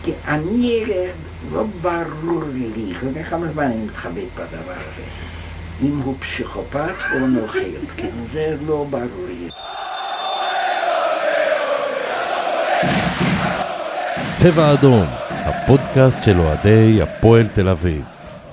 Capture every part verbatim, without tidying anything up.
אני, לא ברור לי, כל כמה זמן אני מתחבט בדבר הזה, אם הוא פסיכופת או נוכל, כן, זה לא ברור לי. צבע אדום, הפודקאסט של אוהדי הפועל תל אביב.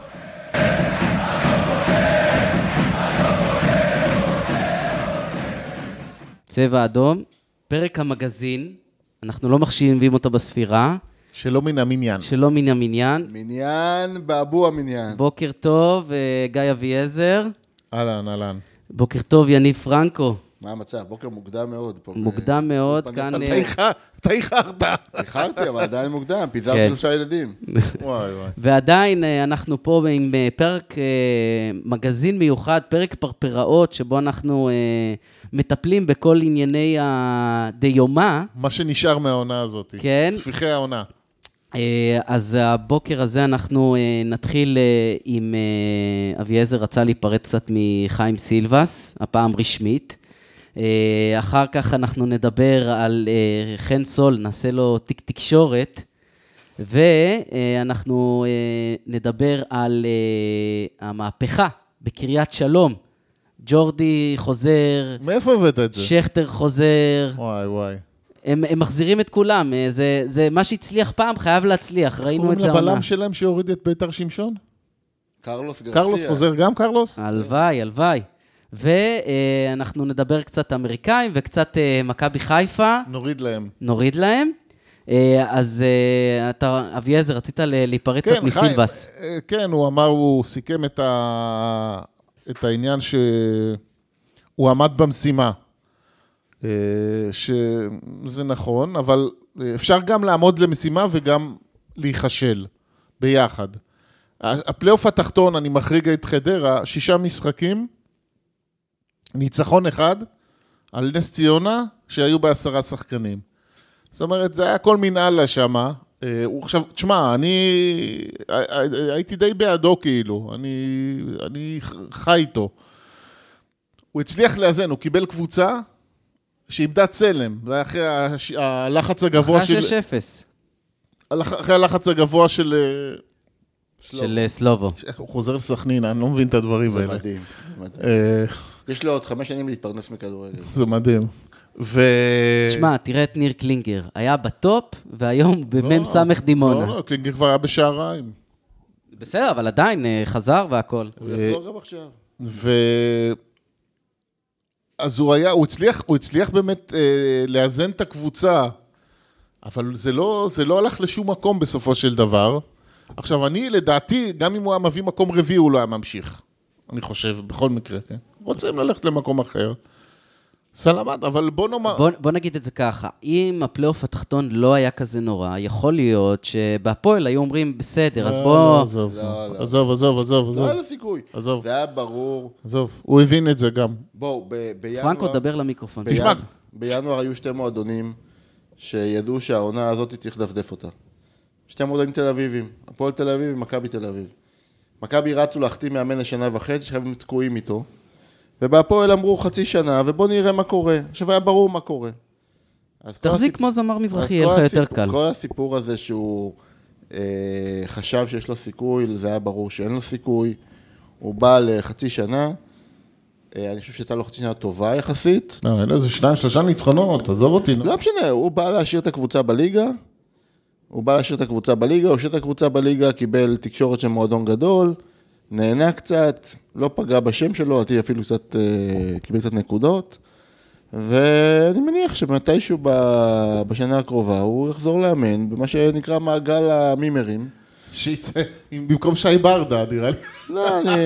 צבע אדום, פרק המגזין, אנחנו לא מחשיבים אותו בספירה. שלא מן המניין. שלא מן המניין. מניין באבו המניין. בוקר טוב, גיא אביעזר. אהלן, אהלן. בוקר טוב, יניב פרנקו. מה המצב? בוקר מוקדם מאוד. מוקדם מאוד, כאן... אתה איחרת. איחרתי, אבל עדיין מוקדם, פיזרתי שלושה ילדים. וואי וואי. ועדיין אנחנו פה עם פרק מגזין מיוחד, פרק פרפראות, שבו אנחנו מטפלים בכל ענייני הדיומה. מה שנשאר מהעונה הזאת. כן. ספיחי העונה. אז הבוקר הזה אנחנו נתחיל עם אביעזר רצה להיפרד קצת מחיים סילבס, הפעם רשמית. אחר כך אנחנו נדבר על חן סול, נעשה לו תיק תקשורת, ואנחנו נדבר על המהפכה בקריית שלום. ג'ורדי חוזר, מאיפה הבאת את זה? שכטר חוזר. וואי וואי. הם, הם מחזירים את כולם, זה, זה מה שהצליח פעם, חייב להצליח, ראינו את זה. איך קוראים לבלם שלהם שהוריד את ביתר שמשון? קרלוס גרסיה. קרלוס חוזר גם, קרלוס? הלוואי, הלוואי. ואנחנו נדבר קצת אמריקאים וקצת מכבי חיפה. נוריד להם. נוריד להם. אז אתה, אביעזר, רצית להיפרד קצת מסילבס. כן, הוא אמר, הוא סיכם את, ה... את העניין שהוא עמד במשימה. שזה נכון, אבל אפשר גם לעמוד למשימה וגם להיחשל ביחד. הפלייאוף התחתון, אני מחריג את חדרה, שישה משחקים, ניצחון אחד על נס ציונה, שהיו בעשרה שחקנים. זאת אומרת, זה היה כל מנהלה שמה. הוא עכשיו, תשמע, אני הייתי די בעדו כאילו, אני, אני חי איתו. הוא הצליח לאזן, הוא קיבל קבוצה, שאיבדה צלם, זה היה אחרי הלחץ הגבוה של... אחרי שש אפס. אחרי הלחץ הגבוה של... של סלובו. הוא חוזר לסכנין, אני לא מבין את הדברים האלה. זה מדהים. יש לו עוד חמש שנים להתפרנס מכדורגל. זה מדהים. ו... תשמע, תראה את ניר קלינגר. היה בטופ, והיום במם סמך דימונה. לא, לא, קלינגר כבר היה בשעריים. בסדר, אבל עדיין חזר והכל. הוא יחזור גם עכשיו. ו... אז הוא היה, הוא הצליח, הוא הצליח באמת אה, לאזן את הקבוצה, אבל זה לא, זה לא הלך לשום מקום בסופו של דבר. עכשיו, אני, לדעתי, גם אם הוא היה מביא מקום רביעי, הוא לא היה ממשיך. אני חושב, בכל מקרה, כן? רוצים ללכת למקום אחר. סלמת, אבל בוא נאמר... בוא, בוא נגיד את זה ככה, אם הפלייאוף התחתון לא היה כזה נורא, יכול להיות שבהפועל היו אומרים, בסדר, אז בוא... עזוב, עזוב, עזוב, עזוב. לא היה לסיכוי. עזוב. זה היה ברור. עזוב, הוא הבין את זה גם. בואו, בינואר... פרנקו, דבר למיקרופון. תשמע. בינואר היו שתי מועדונים שידעו שהעונה הזאת צריך לדפדף אותה. שתי מועדונים תל אביבים, הפועל תל אביב ומכבי תל אביב. מכבי רצו להחתים מאמן לשנה וחצי, שחייבים תקועים איתו. ובהפועל אמרו חצי שנה, ובוא נראה מה קורה. עכשיו היה ברור מה קורה. תחזיק כמו זמר מזרחי, יהיה לך יותר קל. כל הסיפור הזה שהוא אה, חשב שיש לו סיכוי, זה היה ברור שאין לו סיכוי. הוא בא לחצי שנה, אה, אני חושב שהייתה לו חצי שנה טובה יחסית. לא, אין איזה שניים, שלושה ניצחונות, עזוב אותי. לא משנה, הוא בא להשאיר את הקבוצה בליגה, הוא בא להשאיר את הקבוצה בליגה, הוא השאיר את הקבוצה בליגה, קיבל תקשורת של מועדון גדול, נהנה קצת, לא פגע בשם שלו, עתי אפילו קצת, קיבל קצת נקודות, ואני מניח שמתישהו בשנה הקרובה הוא יחזור לאמן במה שנקרא מעגל המימרים. שיצא, במקום שי ברדה, נראה לי. לא, אני...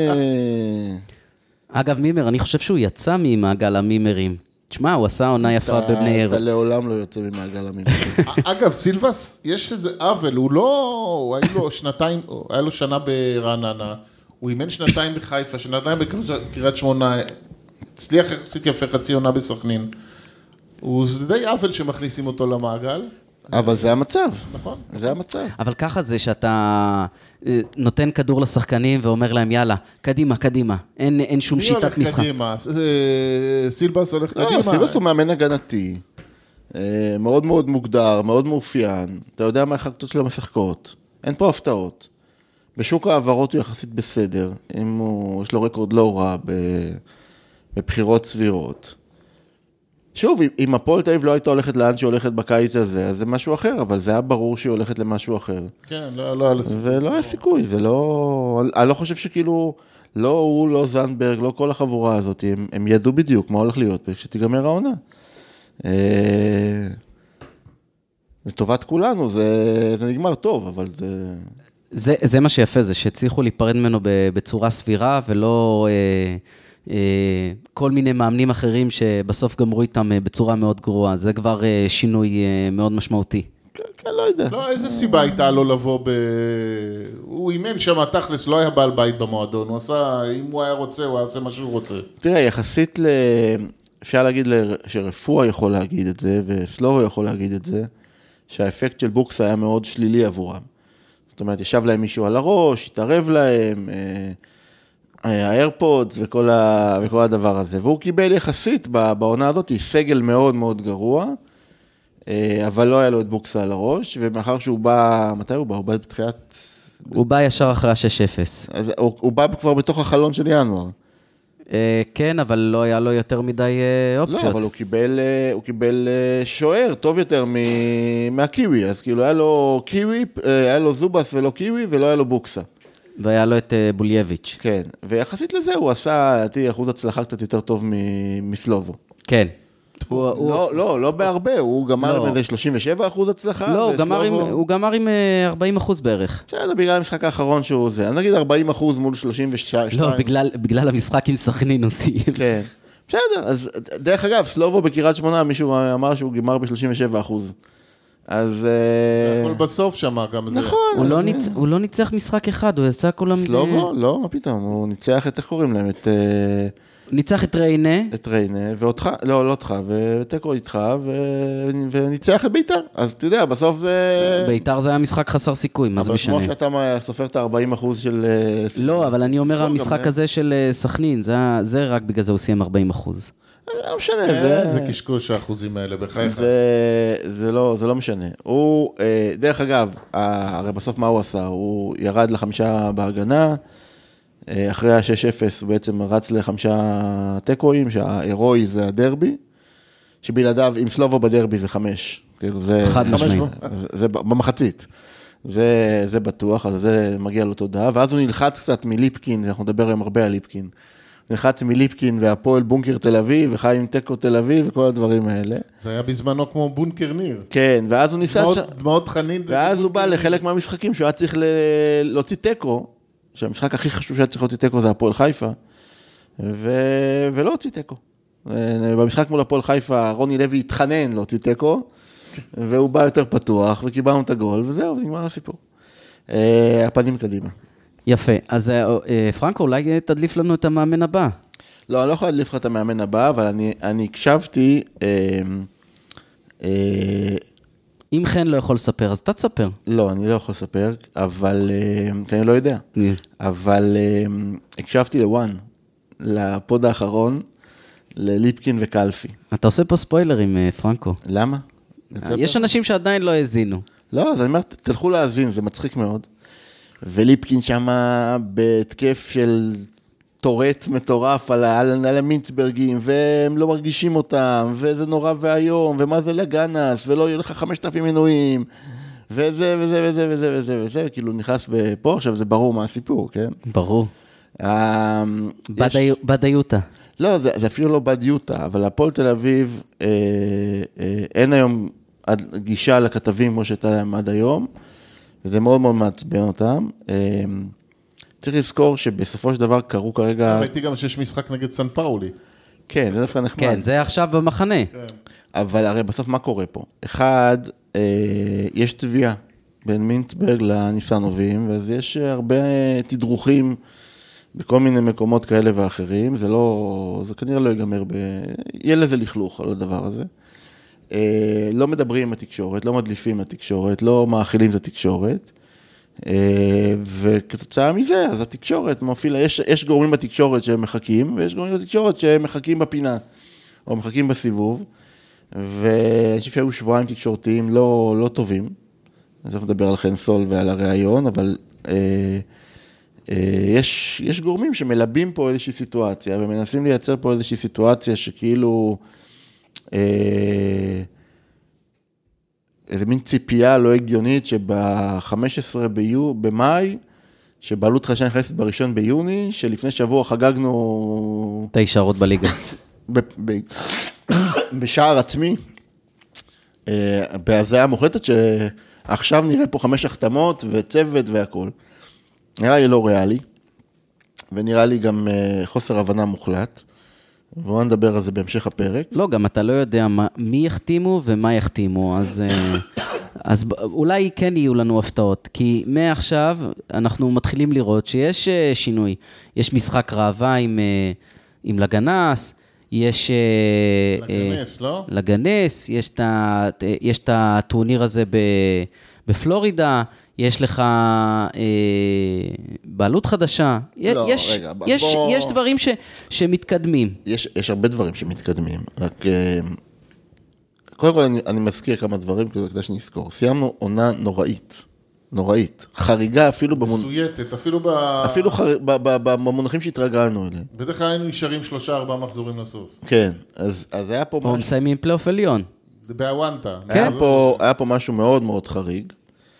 אגב, מימר, אני חושב שהוא יצא ממעגל המימרים. תשמע, הוא עשה עונה יפה בבני ערב. אתה לעולם לא יוצא ממעגל המימרים. אגב, סילבס, יש איזה עוול, הוא לא, היה לו שנתיים, היה לו שנה ברעננה, הוא אימן שנתיים בחיפה, שנתיים בקריית שמונה, הצליח יחסית יפה חצי עונה בסכנין. זה די עוול שמכניסים אותו למעגל. אבל זה המצב. נכון. זה המצב. אבל ככה זה שאתה נותן כדור לשחקנים ואומר להם, יאללה, קדימה, קדימה. אין, אין שום שיטת משחק. מי הולך קדימה? סילבס הולך קדימה. לא, סילבס הוא מאמן הגנתי. מאוד מאוד מוגדר, מאוד מאופיין, אתה יודע מה החלטות שלו משחקות, אין פה הפתעות. בשוק העברות הוא יחסית בסדר, אם הוא, יש לו רקורד לא רע בבחירות סבירות. שוב, אם הפועל תל אביב לא הייתה הולכת לאן שהיא הולכת בקיץ הזה, אז זה משהו אחר, אבל זה היה ברור שהיא הולכת למשהו אחר. כן, לא, לא היה לסיכוי. ולא היה סיכוי, זה לא... אני לא חושב שכאילו, לא הוא, לא זנדברג, לא כל החבורה הזאת, הם, הם ידעו בדיוק מה הולך להיות, כשתיגמר העונה. לטובת כולנו, זה, זה נגמר טוב, אבל זה... זה, זה מה שיפה, זה שהצליחו להיפרד ממנו בצורה סבירה, ולא אה, אה, כל מיני מאמנים אחרים שבסוף גמרו איתם בצורה מאוד גרועה. זה כבר אה, שינוי אה, מאוד משמעותי. כן, כן, לא יודע. לא, איזה סיבה הייתה לו לבוא ב... הוא אימן שם תכלס, לא היה בעל בית במועדון, הוא עשה, אם הוא היה רוצה, הוא יעשה מה שהוא רוצה. תראה, יחסית ל... אפשר להגיד שרפואה יכול להגיד את זה, וסלורו יכול להגיד את זה, שהאפקט של בוקס היה מאוד שלילי עבורם. זאת אומרת, ישב להם מישהו על הראש, התערב להם, האיירפודס וכל, ה... וכל הדבר הזה. והוא קיבל יחסית בעונה הזאת, סגל מאוד מאוד גרוע, אבל לא היה לו את בוקס על הראש, ומאחר שהוא בא, מתי הוא בא? הוא בא בתחילת... הוא בא ישר אחרי ה-שש אפס. אז הוא, הוא בא כבר בתוך החלון של ינואר. כן, אבל לא היה לו יותר מדי אופציות. לא, אבל הוא קיבל, הוא קיבל שוער טוב יותר מהקיווי, אז כאילו היה לו קיווי, היה לו זובס ולא קיווי, ולא היה לו בוקסה. והיה לו את בולייביץ'. כן, ויחסית לזה הוא עשה, לדעתי, אחוז הצלחה קצת יותר טוב מסלובו. כן. לא, לא, לא בהרבה, הוא גמר עם איזה שלושים ושבע אחוז הצלחה. לא, הוא גמר עם ארבעים אחוז בערך. בסדר, בגלל המשחק האחרון שהוא זה. אני נגיד ארבעים אחוז מול שלושים ושתיים. לא, בגלל המשחק עם סכנין עושים. כן. בסדר, אז דרך אגב, סלובו בקירת שמונה, מישהו אמר שהוא גמר ב-שלושים ושבע אחוז. אז... הכל בסוף שם גם זה. נכון. הוא לא ניצח משחק אחד, הוא יצא כולם... סלובו? לא, מה פתאום, הוא ניצח את, איך קוראים להם? את... ניצח את ריינה. את ריינה, ואותך, לא, לא אותך, ותקו איתך, וניצח את ביתר. אז אתה יודע, בסוף זה... ביתר זה היה משחק חסר סיכוי, מה זה משנה? אבל כמו שאתה סופר את ה-ארבעים אחוז של... לא, אבל אני אומר, המשחק הזה של סכנין, זה רק בגלל זה הוא סיים ארבעים אחוז. לא משנה, זה קשקוש האחוזים האלה, בחייך. זה לא משנה. הוא, דרך אגב, הרי בסוף מה הוא עשה? הוא ירד לחמישה בהגנה, אחרי ה-שש אפס הוא בעצם רץ לחמישה טקואים, שההירואי זה הדרבי, שבלעדיו, עם סלובו בדרבי זה חמש. חד משמעית. זה במחצית. זה, זה בטוח, אז זה מגיע לו תודה. ואז הוא נלחץ קצת מליפקין, אנחנו נדבר היום הרבה על ליפקין. נלחץ מליפקין והפועל בונקר תל אביב, וחיים טקו תל אביב, וכל הדברים האלה. זה היה בזמנו כמו בונקר ניר. כן, ואז הוא ניסה... דמעות חנין. ואז הוא בא לחלק מהמשחקים, שהוא היה צריך להוציא טקו, שהמשחק הכי חשוב שהיה צריך להוציא טקו זה הפועל חיפה, ולא הוציא טקו. במשחק מול הפועל חיפה, רוני לוי התחנן להוציא טקו, והוא בא יותר פתוח, וקיבלנו את הגול, וזהו, נגמר הסיפור. הפנים קדימה. יפה, אז פרנקו, אולי תדליף לנו את המאמן הבא. לא, אני לא יכול להדליף לך את המאמן הבא, אבל אני, אני הקשבתי... אם חן לא יכול לספר, אז אתה תספר. לא, אני לא יכול לספר, אבל... כי אני לא יודע. אבל הקשבתי לוואן, לפוד האחרון, לליפקין וקלפי. אתה עושה פה ספוילרים, פרנקו. למה? יש אנשים שעדיין לא האזינו. לא, אז אני אומר, תלכו להאזין, זה מצחיק מאוד. וליפקין שם בהתקף של טורט מטורף על, על, על המינצברגים, והם לא מרגישים אותם, וזה נורא והיום, ומה זה לגנס, ולא יהיו לך חמשת אלפים מנויים, וזה וזה וזה וזה וזה וזה, כאילו נכנס פה, עכשיו זה ברור מה הסיפור, כן? ברור. בדיוטה. לא, זה, זה אפילו לא בדיוטה, אבל הפועל תל אביב, אה, אה, אין היום גישה לכתבים כמו שהייתה להם עד היום, וזה מאוד מאוד מעצבן אותם. צריך לזכור שבסופו של דבר קרו כרגע... ראיתי גם שיש משחק נגד סן פאולי. כן, זה דווקא נחמד. כן, זה עכשיו במחנה. אבל הרי בסוף מה קורה פה? אחד, יש תביעה בין מינצברג לניסנובים, ואז יש הרבה תדרוכים בכל מיני מקומות כאלה ואחרים. זה לא... זה כנראה לא ייגמר ב... יהיה לזה לכלוך על הדבר הזה. לא מדברים עם התקשורת, לא מדליפים עם התקשורת, לא מאכילים את התקשורת, וכתוצאה מזה, אז התקשורת מופילה, יש, יש גורמים בתקשורת שהם מחכים, ויש גורמים בתקשורת שהם מחכים בפינה, או מחכים בסיבוב, ואני חושב שהיו שבועיים תקשורתיים לא, לא טובים. אני צריך לדבר על חן סול ועל הרעיון, אבל אה, אה, יש, יש גורמים שמלבים פה איזושהי סיטואציה, ומנסים לייצר פה איזושהי סיטואציה שכאילו, אה, איזה מין ציפייה לא הגיונית שב-חמישה עשר במאי, שבעלות חדשה נכנסת בראשון ביוני, שלפני שבוע חגגנו... תשע שעות בליגה. ב- ב- בשער עצמי, בהזיה מוחלטת שעכשיו נראה פה חמש החתמות וצוות והכל. נראה לי לא ריאלי, ונראה לי גם חוסר הבנה מוחלט. ובואו נדבר על זה בהמשך הפרק. לא, גם אתה לא יודע מה, מי יחתימו ומה יחתימו, אז, אז אולי כן יהיו לנו הפתעות, כי מעכשיו אנחנו מתחילים לראות שיש שינוי. יש משחק ראווה עם, עם לגנס, יש... לגנס, לא? לגנס, יש את, יש את הטורניר הזה בפלורידה, יש לך אה, בעלות חדשה, לא, יש, רגע, יש, בוא... יש דברים ש, שמתקדמים. יש, יש הרבה דברים שמתקדמים, רק... קודם כל אני, אני מזכיר כמה דברים כדי שנזכור. סיימנו עונה נוראית, נוראית, חריגה אפילו... מסויטת, אפילו ב... אפילו חר... ב, ב, ב, במונחים שהתרגלנו אליהם. בדרך כלל היינו נשארים שלושה, ארבעה מחזורים לסוף. כן, אז, אז היה פה... פה מסיימים פלייאוף עליון. זה בהוואנטה. היה, פה, היה פה משהו מאוד מאוד חריג,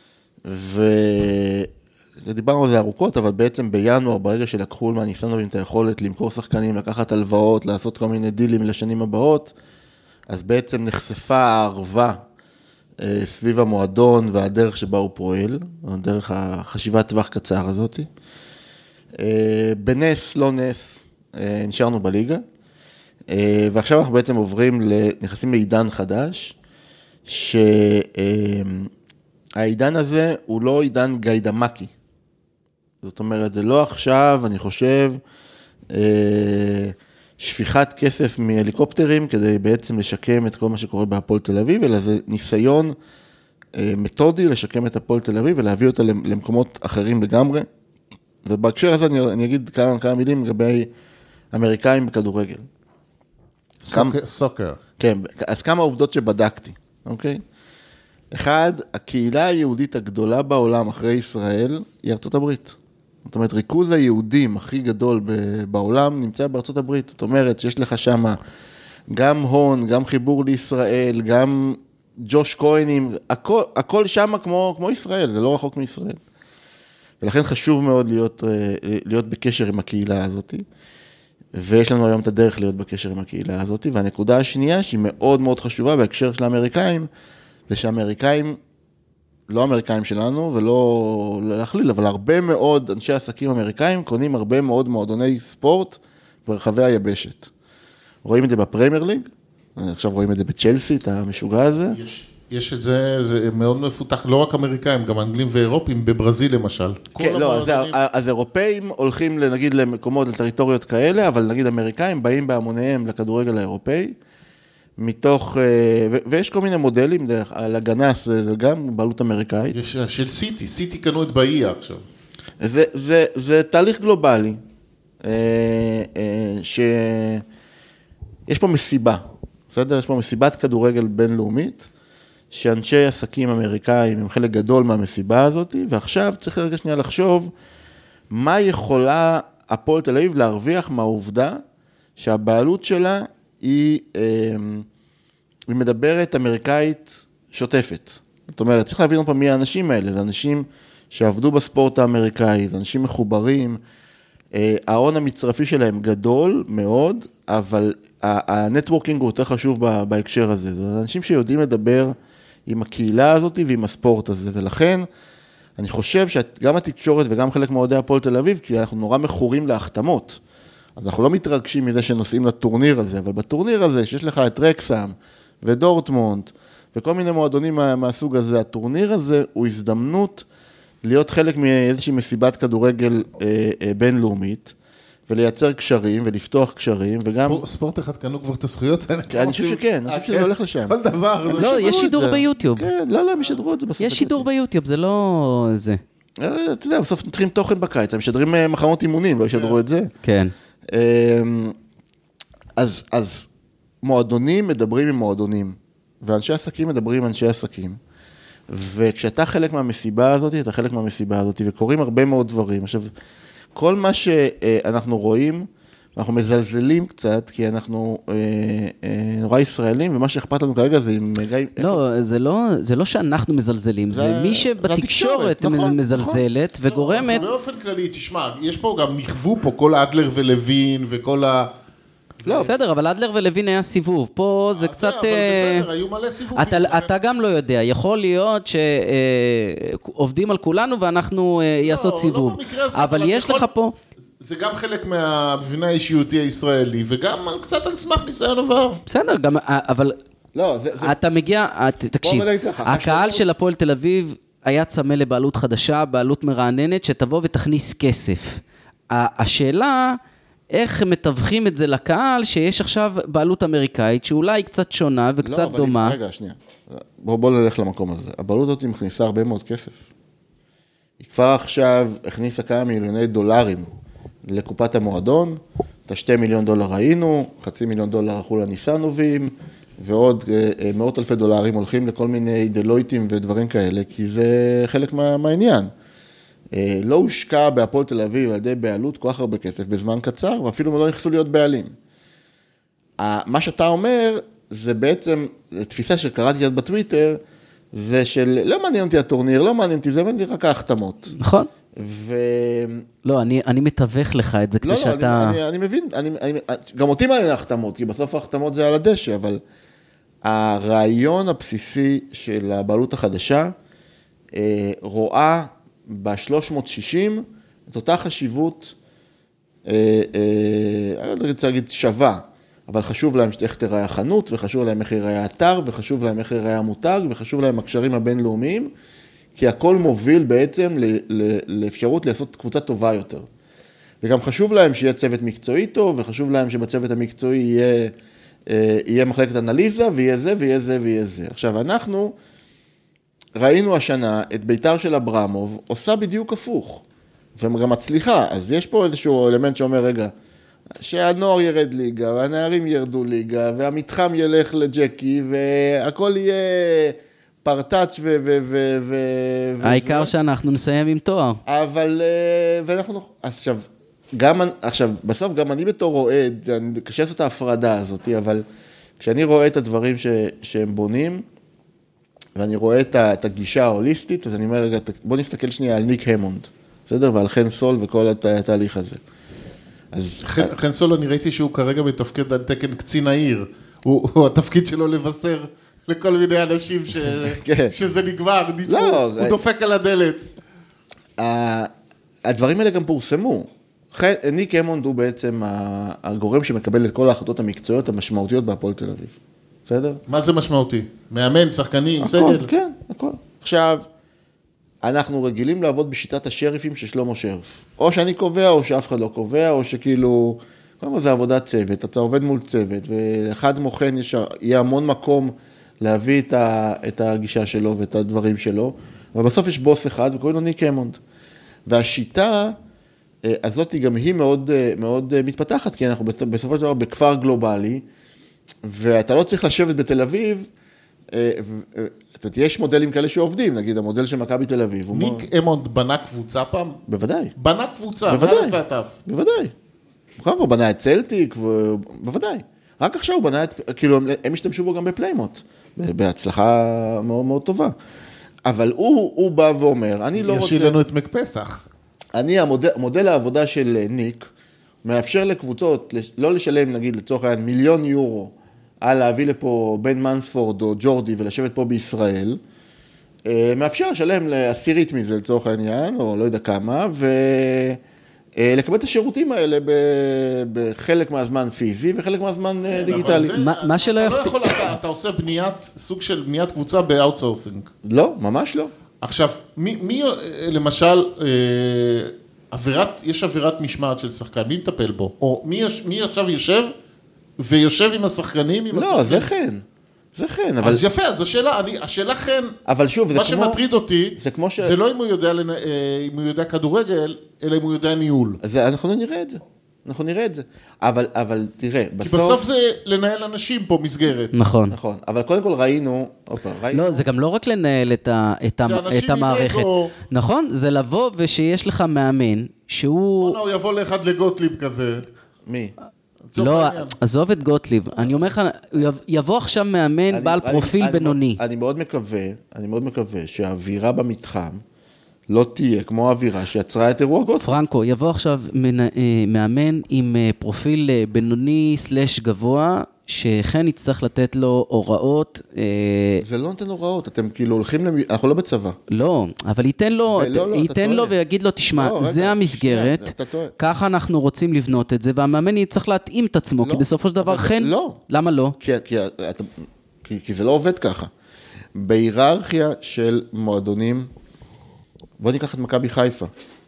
ודיברנו על זה ארוכות, אבל בעצם בינואר, ברגע שלקחו מהניסנובים את היכולת למכור שחקנים, לקחת הלוואות, לעשות כל מיני דילים לשנים הבאות, אז בעצם נחשפה הערבה סביב המועדון והדרך שבה הוא פועל, דרך החשיבת טווח קצר הזאת. בנס, לא נס, נשארנו בליגה, ועכשיו אנחנו בעצם עוברים, נכנסים לעידן חדש, שהעידן הזה הוא לא עידן גיידמקי. זאת אומרת, זה לא עכשיו, אני חושב, שפיכת כסף מהליקופטרים, כדי בעצם לשקם את כל מה שקורה בהפועל תל אביב, אלא זה ניסיון מתודי לשקם את הפועל תל אביב, ולהביא אותה למקומות אחרים לגמרי. ובהקשר הזה אני, אני אגיד כמה, כמה מילים לגבי אמריקאים בכדורגל. סוקר, סוקר. כן, אז כמה עובדות שבדקתי, אוקיי? אחד, הקהילה היהודית הגדולה בעולם אחרי ישראל, היא ארצות הברית. זאת אומרת, ריכוז היהודים הכי גדול בעולם נמצא בארצות הברית. זאת אומרת, שיש לך שם גם הון, גם חיבור לישראל, גם ג'וש כהנים, הכל, הכל שם כמו, כמו ישראל, זה לא רחוק מישראל. ולכן חשוב מאוד להיות, להיות בקשר עם הקהילה הזאת. ויש לנו היום את הדרך להיות בקשר עם הקהילה הזאת. והנקודה השנייה, שהיא מאוד מאוד חשובה בהקשר של האמריקאים, זה שהאמריקאים, לא אמריקאים שלנו, ולא להכליל, אבל הרבה מאוד אנשי עסקים אמריקאים קונים הרבה מאוד מועדוני ספורט ברחבי היבשת. רואים את זה בפרמייר ליג, עכשיו רואים את זה בצ'לסי, את המשוגע הזה. יש, יש את זה, זה מאוד מפותח, לא רק אמריקאים, גם אנגלים ואירופים, בברזיל למשל. כן, לא, אז, אז אירופאים הולכים, נגיד, למקומות, לטריטוריות כאלה, אבל נגיד אמריקאים באים בהמוניהם לכדורגל האירופאי, מתוך, ויש כל מיני מודלים, על הגנס, זה גם בעלות אמריקאית. יש של סיטי, סיטי קנו את באיה עכשיו. זה, זה, זה תהליך גלובלי, שיש פה מסיבה, בסדר? יש פה מסיבת כדורגל בינלאומית, שאנשי עסקים אמריקאים הם חלק גדול מהמסיבה הזאת, ועכשיו צריך רגע שנייה לחשוב, מה יכולה הפועל תל אביב להרוויח מהעובדה, שהבעלות שלה היא, היא מדברת אמריקאית שוטפת. זאת אומרת, צריך להבין פעם מי האנשים האלה, זה אנשים שעבדו בספורט האמריקאי, זה אנשים מחוברים, ההון המצרפי שלהם גדול מאוד, אבל הנטוורקינג הוא יותר חשוב בהקשר הזה. זה אנשים שיודעים לדבר עם הקהילה הזאת ועם הספורט הזה, ולכן אני חושב שגם התקשורת וגם חלק מאוהדי הפועל תל אביב, כי אנחנו נורא מכורים להחתמות, אז אנחנו לא מתרגשים מזה שנוסעים לטורניר הזה, אבל בטורניר הזה שיש לך את רקסם ודורטמונד וכל מיני מועדונים מה, מהסוג הזה, הטורניר הזה הוא הזדמנות להיות חלק מאיזושהי מסיבת כדורגל אה, אה, בינלאומית, ולייצר קשרים ולפתוח קשרים, וגם... ספור, ספורט אחד קנו כבר את הזכויות האלה. כן, אני חושב שכן, אני חושב שזה הולך לשם. כל דבר. לא, יש שידור ביוטיוב. כן, לא, לא, הם ישדרו את זה בסוף. יש שידור ביוטיוב, זה לא זה. אתה יודע, בסוף צריכים תוכן בקיץ, הם משדרים מחנות אימונים, לא ישדרו את זה. כן. אז, אז מועדונים מדברים עם מועדונים, ואנשי עסקים מדברים עם אנשי עסקים, וכשאתה חלק מהמסיבה הזאת, אתה חלק מהמסיבה הזאת, וקוראים הרבה מאוד דברים. עכשיו, כל מה שאנחנו רואים, אנחנו מזלזלים קצת, כי אנחנו אה, אה, נורא ישראלים, ומה שאכפת לנו כרגע זה עם... לא, זה לא, זה לא שאנחנו מזלזלים, זה, זה מי שבתקשורת נכון, מזלזלת נכון. וגורמת... לא, באופן כללי, תשמע, יש פה גם, נכוו פה כל אדלר ולוין וכל ה... לא. בסדר, אבל אדלר ולוין היה סיבוב. פה זה קצת... אבל בסדר, היו מלא סיבובים. אתה, אתה גם לא יודע. יכול להיות שעובדים על כולנו ואנחנו יעשות סיבוב. אבל יש לך פה... זה גם חלק מהמבנה האישיותי הישראלי, וגם קצת על סמך ניסיון עבר. בסדר, גם... אבל... לא, זה... אתה מגיע... תקשיב, הקהל של הפועל תל אביב היה צמא לבעלות חדשה, בעלות מרעננת, שתבוא ותכניס כסף. השאלה... איך מתווכים את זה לקהל, שיש עכשיו בעלות אמריקאית, שאולי קצת שונה וקצת לא, דומה. רגע, שנייה. בואו בוא נלך למקום הזה. הבעלות הזאת מכניסה הרבה מאוד כסף. היא כבר עכשיו הכניסה כמה מיליוני דולרים לקופת המועדון, את השתי מיליון דולר ראינו, חצי מיליון דולר הלכו לניסנובים, ועוד מאות אלפי דולרים הולכים לכל מיני דלויטים ודברים כאלה, כי זה חלק מה, מהעניין. לא הושקע בהפועל תל אביב על ידי בעלות כל כך הרבה כסף בזמן קצר, ואפילו לא נכנסו להיות בעלים. מה שאתה אומר, זה בעצם, תפיסה שקראתי את בטוויטר, זה של, לא מעניין אותי הטורניר, לא מעניין אותי, זה מעניין רק ההחתמות. נכון. ו... לא, אני, אני מתווך לך את זה כדי לא, שאתה... לא, אני, אני, אני מבין, אני, אני, גם אותי מעניין ההחתמות, כי בסוף ההחתמות זה על הדשא, אבל הרעיון הבסיסי של הבעלות החדשה, רואה ב-שלוש מאות שישים, את אותה חשיבות, אה, אה, אני רוצה להגיד שווה, אבל חשוב להם איך תראה החנות, וחשוב להם איך יראה האתר, וחשוב להם איך יראה המותג, וחשוב להם הקשרים הבינלאומיים, כי הכל מוביל בעצם ל- ל- לאפשרות לעשות קבוצה טובה יותר. וגם חשוב להם שיהיה צוות מקצועי טוב, וחשוב להם שבצוות המקצועי יהיה, אה, יהיה מחלקת אנליזה, ויהיה זה, ויהיה זה, ויהיה זה. עכשיו, אנחנו... ראינו השנה את ביתר של אברמוב, עושה בדיוק הפוך, וגם מצליחה, אז יש פה איזשהו אלמנט שאומר, רגע, שהנוער ירד ליגה, והנערים ירדו ליגה, והמתחם ילך לג'קי, והכל יהיה פרטאץ' ו... ו, ו, ו העיקר שאנחנו נסיים עם תואר. אבל, ואנחנו, עכשיו, גם, עכשיו, בסוף גם אני בתור אוהד, קשה לעשות את ההפרדה הזאת, אבל כשאני רואה את הדברים ש, שהם בונים, ואני רואה את הגישה ההוליסטית, אז אני אומר, רגע, בוא נסתכל שנייה על ניק המונד, בסדר? ועל חן סול וכל התהליך הזה. אז... חן סול, אני ראיתי שהוא כרגע מתפקד על תקן קצין העיר. הוא, הוא התפקיד שלו לבשר לכל מיני אנשים ש... שזה נגמר, לא, הוא דופק על הדלת. הדברים האלה גם פורסמו. ניק המונד הוא בעצם הגורם שמקבל את כל ההחלטות המקצועיות המשמעותיות בהפועל תל אביב. בסדר? מה זה משמעותי? מאמן, שחקנים, הכל, סגל? כן, הכל. עכשיו, אנחנו רגילים לעבוד בשיטת השריפים של שלמה שרף. או שאני קובע, או שאף אחד לא קובע, או שכאילו, קודם כל זה עבודת צוות, אתה עובד מול צוות, ואחד מוכן, יש, יהיה המון מקום להביא את, ה, את הגישה שלו ואת הדברים שלו, אבל בסוף יש בוס אחד, וקוראים לו ניק המונד. והשיטה הזאת גם היא מאוד, מאוד מתפתחת, כי אנחנו בסופו של דבר בכפר גלובלי, ואתה לא צריך לשבת בתל אביב, יש מודלים כאלה שעובדים, נגיד המודל של מכבי תל אביב. ניק המונד בנה קבוצה פעם? בוודאי. בנה קבוצה, בוודאי, ועטף. בוודאי. קודם כל בנה את צלטיק, בוודאי. רק עכשיו הוא בנה את, כאילו הם השתמשו בו גם בפליימוט, בהצלחה מאוד מאוד טובה. אבל הוא, הוא בא ואומר, אני לא רוצה... ישאיר לנו את מקפסח. אני, המודל, מודל העבודה של ניק, מאפשר לקבוצות, לא לשלם, נגיד, לצורך העניין, מיליון יורו, על להביא לפה בן מנספורד או ג'ורדי ולשבת פה בישראל, מאפשר לשלם לעשירית מזה לצורך העניין, או לא יודע כמה, ולקבל את השירותים האלה בחלק מהזמן פיזי וחלק מהזמן דיגיטלי. מה שלא יפתיע... אתה עושה בניית, סוג של בניית קבוצה באוטסורסינג. לא, ממש לא. עכשיו, מי למשל... עבירת, יש עבירת משמעת של שחקן, מי מטפל בו? או מי, מי עכשיו יושב ויושב עם השחקנים? עם לא, השחקנים? זה כן. זה כן, אבל... אז יפה, אז השאלה, אני, השאלה כן, אבל שוב, זה מה כמו... שמטריד אותי, זה כמו ש... זה לא אם הוא יודע, אם הוא יודע כדורגל, אלא אם הוא יודע ניהול. אז אנחנו לא נראה את זה. אנחנו נראה את זה. אבל, אבל תראה, כי בסוף... בסוף זה לנהל אנשים פה מסגרת. נכון. נכון, אבל קודם כל ראינו, אופה, ראינו... לא, זה גם לא רק לנהל את, ה, את, ה, את המערכת. אגו. נכון, זה לבוא ושיש לך מאמן שהוא... בונה, הוא יבוא לאחד לגוטליב כזה. מי? לא, עזוב את גוטליב. אני אומר לך, הוא יבוא עכשיו מאמן אני- בעל אני- פרופיל אני בינוני. מאוד- אני מאוד מקווה, אני מאוד מקווה שהאווירה במתחם לא תהיה כמו האווירה שיצרה את אירוע גוטליב. פרנקו, יבוא עכשיו מנ- אה, מאמן עם אה, פרופיל אה, בינוני סלש גבוה, שכן יצטרך לתת לו הוראות, אה, זה לא נותן הוראות, אתם כאילו הולכים, למ... אנחנו לא בצבא. לא, אבל ייתן לו, לא, לא, אתה ייתן לו טועה. ויגיד לו, תשמע, לא, רגע, זה המסגרת, שנייה, אתה טועה. ככה אנחנו רוצים לבנות את זה, והמאמן יצטרך להתאים את עצמו, לא, כי בסופו של דבר אבל- כן, לא. למה לא? כי, כי, אתה, כי, כי זה לא עובד ככה. בהיררכיה של מועדונים, בוא ניקח את מכבי חיפה.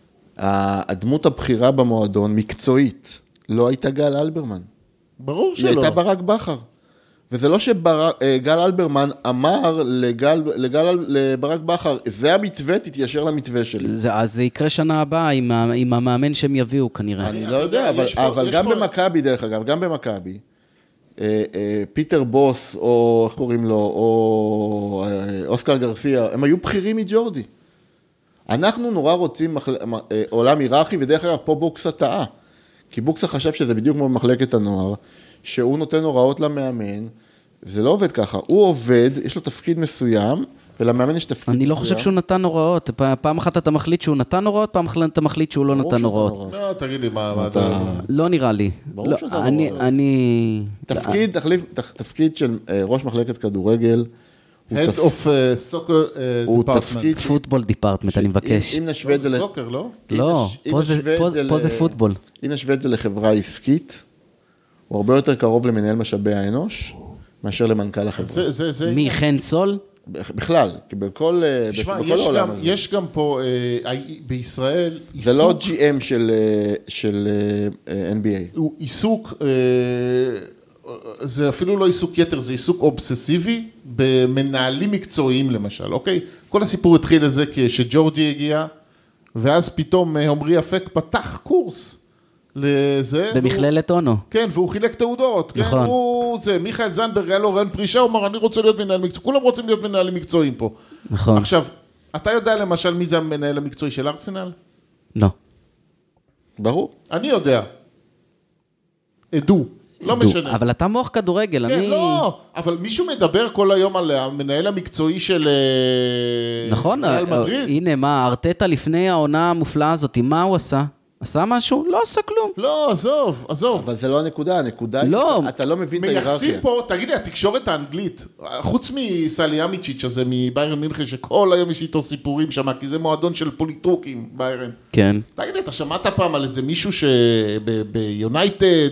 הדמות הבכירה במועדון, מקצועית, לא הייתה גל אלברמן. ברור היא שלא. הייתה ברק בכר. וזה לא שגל אלברמן אמר לגל, לגל, לברק בכר, זה המתווה, תתיישר למתווה שלי. זה, אז זה יקרה שנה הבאה עם, ה- עם המאמן שהם יביאו כנראה. אני אני לא יודע, יודע, אבל, יש פה- אבל יש גם פה- במכבי, דרך אגב, גם במכבי, אה, אה, פיטר בוס, או איך קוראים לו, או אה, אוסקר גרסיה, הם היו בכירים מג'ורדי. אנחנו נורא רוצים מחל... אה, עולם היררכי, ודרך אגב, פה בוקסה טעה. כי בוקסה חשב שזה בדיוק כמו במחלקת הנוער, שהוא נותן הוראות למאמן, זה לא עובד ככה. הוא עובד, יש לו תפקיד מסוים, ולמאמן יש תפקיד אני לא מסוים. חושב שהוא נתן הוראות, פ- פעם אחת אתה מחליט שהוא נתן הוראות, פעם אחת אתה מחליט שהוא לא ברור נתן שהוא הוראות. לא, תגיד לי, מה מה אתה- אתה... לא נראה לי. ברור לא, שאתה לא אני, רואה. אני... תפקיד, תחליף, ת- תפקיד של אה, ראש מחלקת כדורגל, הוא Head תפ- of uh, Soccer uh, הוא Department. תפקיד, פוטבול דיפרטמנט, אני מבקש. אם, אם נשווה את זה, זה ל- סוקר, לא? אם לא, נש- אם פה זה- נשווה את פה- זה פה ל- זה פוטבול. אם נשווה את זה לחברה עסקית, הוא הרבה יותר קרוב למנהל משאבי האנוש, מאשר למנכ"ל החברה. זה, זה, זה... מי, חן סול? בכלל, כי בכל, אה, תשמע, בכל יש העולם גם, הזה. יש גם פה, אה, בישראל, זה לא עיסוק, ג'י אם של, אה, של אה, אן בי איי. הוא עיסוק, אה, זה אפילו לא עיסוק יתר, זה עיסוק אובססיבי במנהלים מקצועיים למשל, אוקיי? כל הסיפור התחיל לזה כשג'ורג'י הגיע, ואז פתאום אה, עמרי אפק פתח קורס לזה. במכללת אונו. כן, והוא חילק תעודות, כן, נכון. הוא, זה, מיכאל זנדברג היה לו רעיון פרישה, הוא אמר, אני רוצה להיות מנהל מקצועי, כולם רוצים להיות מנהלים מקצועיים פה. נכון. עכשיו, אתה יודע למשל מי זה המנהל המקצועי של ארסנל? לא. ברור. אני יודע. עדו, לא דו, משנה. אבל אתה מוח כדורגל, כן, אני... לא, אבל מישהו מדבר כל היום על המנהל המקצועי של אה, נכון, ריאל אה, מדריד? הנה, מה, ארטטה לפני העונה המופלאה הזאת, מה הוא עשה? עשה משהו? לא עשה כלום. לא, עזוב, עזוב. אבל זה לא הנקודה, הנקודה היא, לא. אתה- אתה לא מבין את מייחסים ההיררכיה. פה, תגיד לי, התקשורת האנגלית, חוץ מסליאמיצ'יץ' הזה מביירן מינכן, שכל היום יש איתו סיפורים שם, כי זה מועדון של פוליטרוקים, ביירן. כן. תגיד לי, אתה שמעת פעם על איזה מישהו שביונייטד,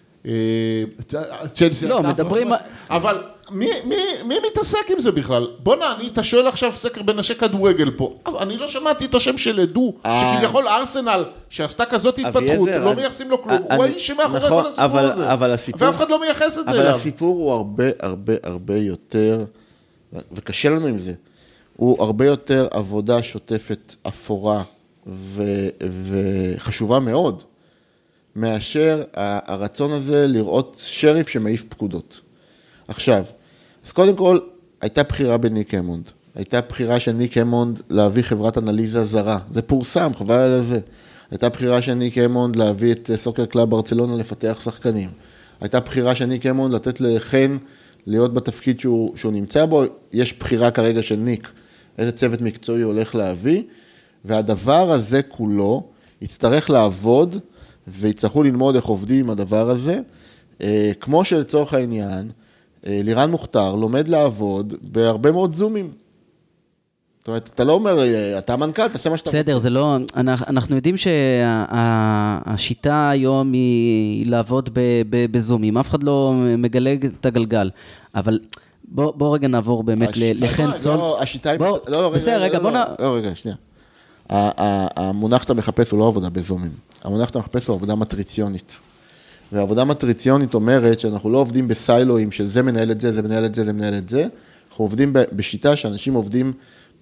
צ'לסי, לא, הייתה מדברים- הפרעה, אבל מי, מי, מי מתעסק עם זה בכלל? בוא'נה, אני, אתה שואל עכשיו סקר בין אנשי כדורגל פה, אבל אני לא שמעתי את השם של עדו, אה. שכביכול ארסנל, שעשתה כזאת התפתחות, אביעזר, לא אני- מייחסים לו כלום, אני- הוא האיש שמאחורי נכון, כל הסיפור אבל- הזה, אבל הסיפור- ואף אחד לא מייחס את זה אבל אליו. הסיפור הוא הרבה, הרבה, הרבה יותר, וקשה לנו עם זה, הוא הרבה יותר עבודה שוטפת, אפורה ו, וחשובה מאוד, מאשר ה- הרצון הזה לראות שריף שמעיף פקודות. עכשיו, אז קודם כל, הייתה בחירה בניק אמונד. הייתה בחירה של ניק אמונד להביא חברת אנליזה זרה. זה פורסם, חבל על זה. הייתה בחירה של ניק אמונד להביא את סוקר קלאב ברצלונה לפתח שחקנים. הייתה בחירה של ניק אמונד לתת לחן להיות בתפקיד שהוא, שהוא נמצא בו. יש בחירה כרגע של ניק, איזה צוות מקצועי הולך להביא, והדבר הזה כולו יצטרך לעבוד, ויצטרכו ללמוד איך עובדים עם הדבר הזה, כמו שלצורך העניין, לירן מוכתר לומד לעבוד בהרבה מאוד זומים. זאת אומרת, אתה לא אומר, אתה מנכ"ל, תעשה מה שאתה רוצה. בסדר, זה לא... אנחנו אנחנו יודעים שהשיטה היום היא לעבוד ב- ב- בזומים, אף אחד לא מגלג את הגלגל, אבל בוא בוא רגע נעבור באמת השיטה- ל- לחן לא, סולס. השיטה היא... בוא, לא, לא, רגע, בסדר, רגע, לא, בוא לא, נ... לא, רגע, שנייה. ה- ה- המונח שאתה מחפש הוא לא עבודה בזומים. המונח שאתה מחפש הוא עבודה מטריציונית. ועבודה מטריציונית אומרת שאנחנו לא עובדים בסיילואים של זה מנהל את זה, זה מנהל את זה, זה מנהל את זה. אנחנו עובדים ב- בשיטה שאנשים עובדים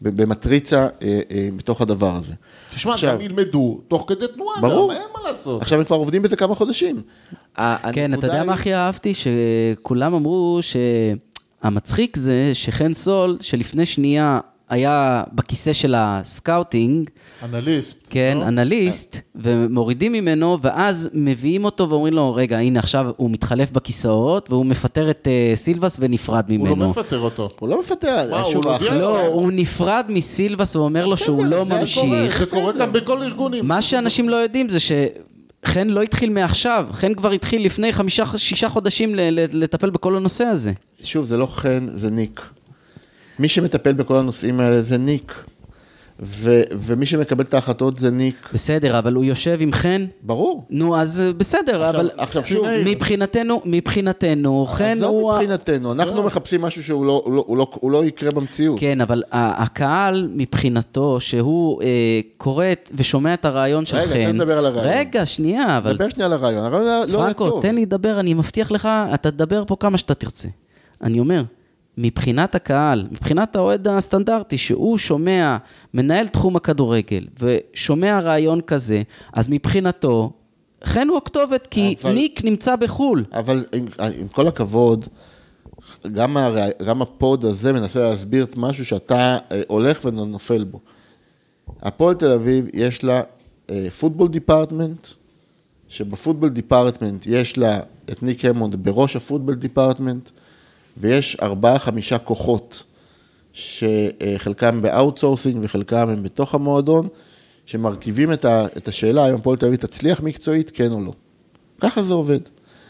במטריצה בתוך הדבר הזה. תשמע, גם ילמדו תוך כדי תנועה, ברור. אין מה לעשות. עכשיו הם כבר עובדים בזה כמה חודשים. כן, אתה יודע מה הכי אהבתי? שכולם אמרו שהמצחיק זה שחן סול, שלפני שנייה היה בכיסא של הסקאוטינג, אנליסט. כן, לא? אנליסט, ומורידים ממנו, ואז מביאים אותו ואומרים לו, רגע, הנה עכשיו הוא מתחלף בכיסאות, והוא מפטר את uh, סילבס ונפרד ממנו. הוא לא מפטר אותו. הוא לא מפטר. מה, הוא לא לא, לא, הוא נפרד מסילבס, ואומר לו שהוא לא ממשיך. זה קורה גם בכל ארגונים. מה שאנשים לא יודעים זה ש... חן לא התחיל מעכשיו, חן כבר התחיל לפני חמישה, שישה חודשים לטפל בכל הנושא הזה. שוב, זה לא חן, זה ניק. מי שמטפל בכל הנושאים האלה זה ניק. ו- ומי שמקבל את ההחלטות זה ניק. בסדר, אבל הוא יושב עם חן? ברור. נו, אז בסדר, עכשיו, אבל עכשיו שוב, מבחינתנו, מבחינתנו, חן הוא... זו מבחינתנו, אנחנו מחפשים משהו שהוא לא, הוא לא, הוא לא, הוא לא יקרה במציאות. כן, אבל הקהל מבחינתו, שהוא אה, קורא ושומע את הרעיון של רגע, חן... רגע, תן לדבר על הרעיון. רגע, שנייה, אבל... דבר שנייה על הרעיון, הרעיון לא היה טוב. פרנקו, תן לי לדבר, אני מבטיח לך, אתה תדבר פה כמה שאתה תרצה. אני אומר... מבחינת הקהל, מבחינת האוהד הסטנדרטי, שהוא שומע, מנהל תחום הכדורגל, ושומע רעיון כזה, אז מבחינתו, כן הוא הכתובת, כי אבל, ניק נמצא בחול. אבל עם, עם כל הכבוד, גם, הרע, גם הפוד הזה מנסה להסביר את משהו שאתה אה, הולך ונופל בו. הפועל תל אביב יש לה אה, פוטבול דיפרטמנט, שבפוטבול דיפרטמנט יש לה את ניק המונד בראש הפוטבול דיפרטמנט, ויש ארבעה, חמישה כוחות, שחלקם באוטסורסינג וחלקם הם בתוך המועדון, שמרכיבים את, ה, את השאלה, האם הפועל תל אביב תצליח מקצועית, כן או לא. ככה זה עובד.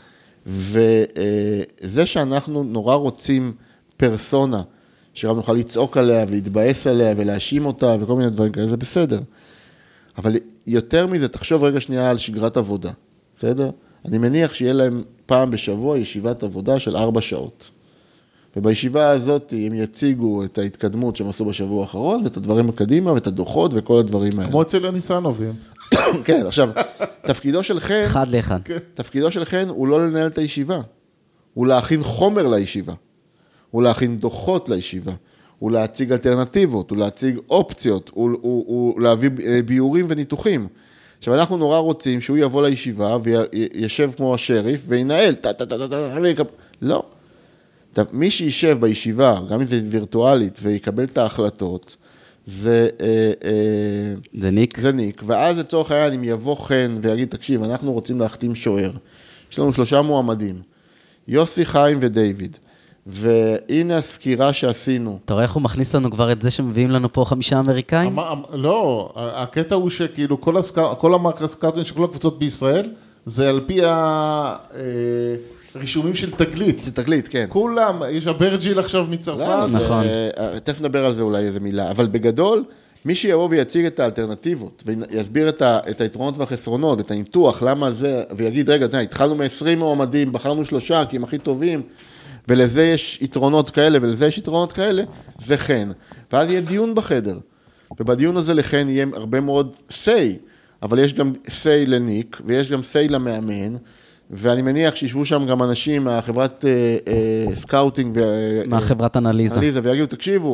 וזה שאנחנו נורא רוצים פרסונה, שגם נוכל לצעוק עליה ולהתבאס עליה ולהאשים אותה וכל מיני דברים כאלה, זה בסדר. אבל יותר מזה, תחשוב רגע שנייה על שגרת עבודה, בסדר? אני מניח שיהיה להם פעם בשבוע ישיבת עבודה של ארבע שעות. ובישיבה הזאת הם יציגו את ההתקדמות שהם עשו בשבוע האחרון, ואת הדברים הקדימה, ואת הדוחות, וכל הדברים האלה. כמו אצל הניסנובים. כן, עכשיו, תפקידו של חן... אחד לאחד. תפקידו של חן הוא לא לנהל את הישיבה. הוא להכין חומר לישיבה. הוא להכין דוחות לישיבה. הוא להציג אלטרנטיבות, הוא להציג אופציות, הוא, הוא, הוא להביא ביורים וניתוחים. עכשיו, אנחנו נורא רוצים שהוא יבוא לישיבה, וישב כמו השריף, וינהל, לא. מי שישב בישיבה, גם אם זה וירטואלית, ויקבל את ההחלטות, זה... זה ניק. זה ניק, ואז לצורך העניין, אם יבוא חן ויגיד, תקשיב, אנחנו רוצים להחתים שוער. יש לנו שלושה מועמדים, יוסי, חיים ודייוויד. והנה הסקירה שעשינו. אתה רואה איך הוא מכניס לנו כבר את זה שמביאים לנו פה חמישה אמריקאים? לא, הקטע הוא שכאילו כל המערכת הסקאוטינג של כל הקבוצות בישראל, זה על פי הרישומים של תגלית. זה תגלית, כן. כולם, יש הברג'יל עכשיו מצרפת. נכון. תכף נדבר על זה אולי איזה מילה, אבל בגדול, מי שיבוא ויציג את האלטרנטיבות, ויסביר את היתרונות והחסרונות, את הניתוח, למה זה, ויגיד, רגע, התחלנו מ-עשרים מועמדים, בחרנו שלושה, כי הם הכי טובים, ולזה יש יתרונות כאלה, ולזה יש יתרונות כאלה, זה חן. ואז יהיה דיון בחדר, ובדיון הזה לכן יהיה הרבה מאוד say, אבל יש גם say לניק, ויש גם say למאמן, ואני מניח שישבו שם גם אנשים מהחברת אה, אה, סקאוטינג, ו... מהחברת אנליזה. אנליזה, ויגידו, תקשיבו,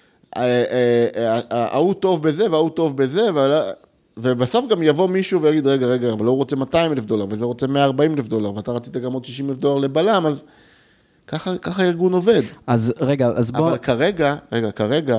ההוא טוב בזה, וההוא טוב בזה, ובסוף גם יבוא מישהו ויגיד, רגע, רגע, אבל הוא רוצה מאתיים אלף דולר, וזה רוצה מאה וארבעים אלף דולר, ואתה רצית גם עוד שישים אלף דולר לבלם, אז ככה, ככה הארגון עובד. אז רגע, אז בוא... אבל כרגע, רגע, כרגע,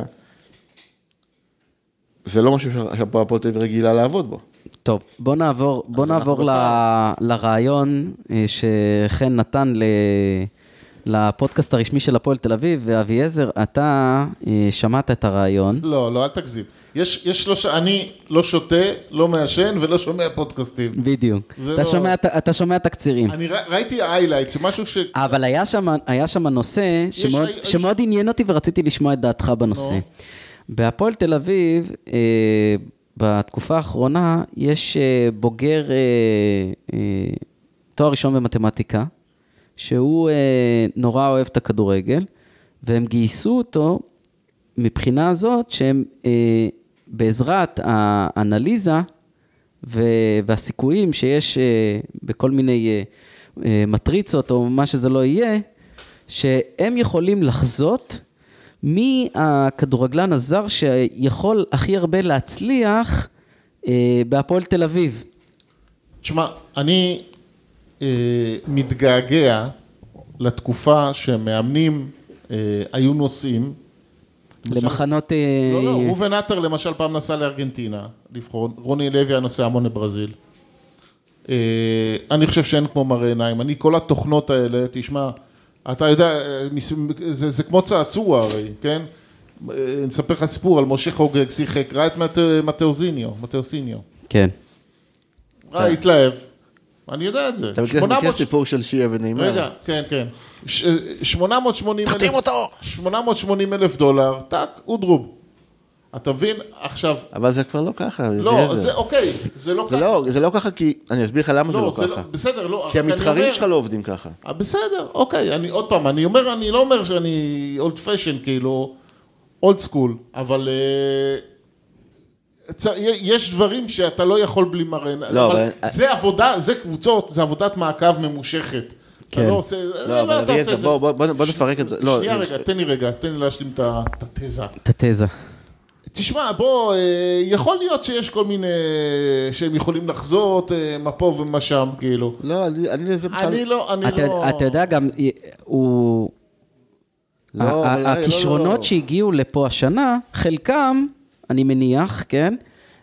זה לא משהו שהפועל תל אביב רגילה לעבוד בו. טוב, בוא נעבור, בוא נעבור ל, לרעיון שחן נתן ל, לפודקאסט הרשמי של הפועל תל אביב, ואביעזר, אתה שמעת את הרעיון. לא, לא, אל תגזים. יש, יש שלושה, אני לא שותה, לא מעשן ולא שומע פודקאסטים. בדיוק. אתה, לא... שומע, אתה שומע תקצירים. אני ראיתי היילייט, שמשהו ש... אבל היה שם, היה שם נושא שמאוד, יש... שמאוד עניין אותי ורציתי לשמוע את דעתך בנושא. No. בהפועל תל אביב, אה, בתקופה האחרונה, יש אה, בוגר אה, אה, תואר ראשון במתמטיקה, שהוא אה, נורא אוהב את הכדורגל, והם גייסו אותו מבחינה הזאת, שהם אה, בעזרת האנליזה והסיכויים שיש אה, בכל מיני אה, אה, מטריצות, או מה שזה לא יהיה, שהם יכולים לחזות מי הכדורגלן הזר שיכול הכי הרבה להצליח אה, בהפועל תל אביב? תשמע, אני אה, מתגעגע לתקופה שמאמנים אה, היו נוסעים. למחנות... אה... לא, לא, רובן עטר למשל פעם נסע לארגנטינה, לבחור, רוני לוי היה נוסע המון לברזיל. אה, אני חושב שאין כמו מראה עיניים, אני כל התוכנות האלה, תשמע, אתה יודע, זה, זה כמו צעצוע הרי, כן? נספר לך סיפור על משה חוגג, שיחק, ראה את מת, מתאוזיניו, מתאוזיניו. כן. ראה, התלהב. אני יודע את זה. אתה מכיר סיפור של שיה ונעימה? רגע, כן, כן. שמונה מאות ושמונים אלף דולר, טק, אודרוב. אתה מבין? עכשיו... אבל זה כבר לא ככה. לא, זה אוקיי, זה לא ככה. זה לא ככה כי... אני אסביר לך למה זה לא ככה. בסדר, לא. כי המתחרים שלך לא עובדים ככה. בסדר, אוקיי. אני עוד פעם, אני אומר, אני לא אומר שאני אולד פשן, כאילו, אולד סקול, אבל... יש דברים שאתה לא יכול בלי מראה, לא, אבל אבל... זה עבודה, זה קבוצות, זה עבודת מעקב ממושכת. כן. אתה לא עושה, לא, לא, אתה עושה את זה. בוא, בוא, בוא נפרק את זה. שנייה רגע, תן לי רגע, תן לי להשלים את התזה. את התזה. תשמע, בוא, יכול להיות שיש כל מיני, שהם יכולים לחזות, מה פה ומה שם, כאילו. לא, אני, אני לזה בכלל... אני לא, אני אתה, לא... אתה יודע גם, הוא... לא, אבל... הכישרונות לא, לא, לא. שהגיעו לפה השנה, חלקם, אני מניח, כן?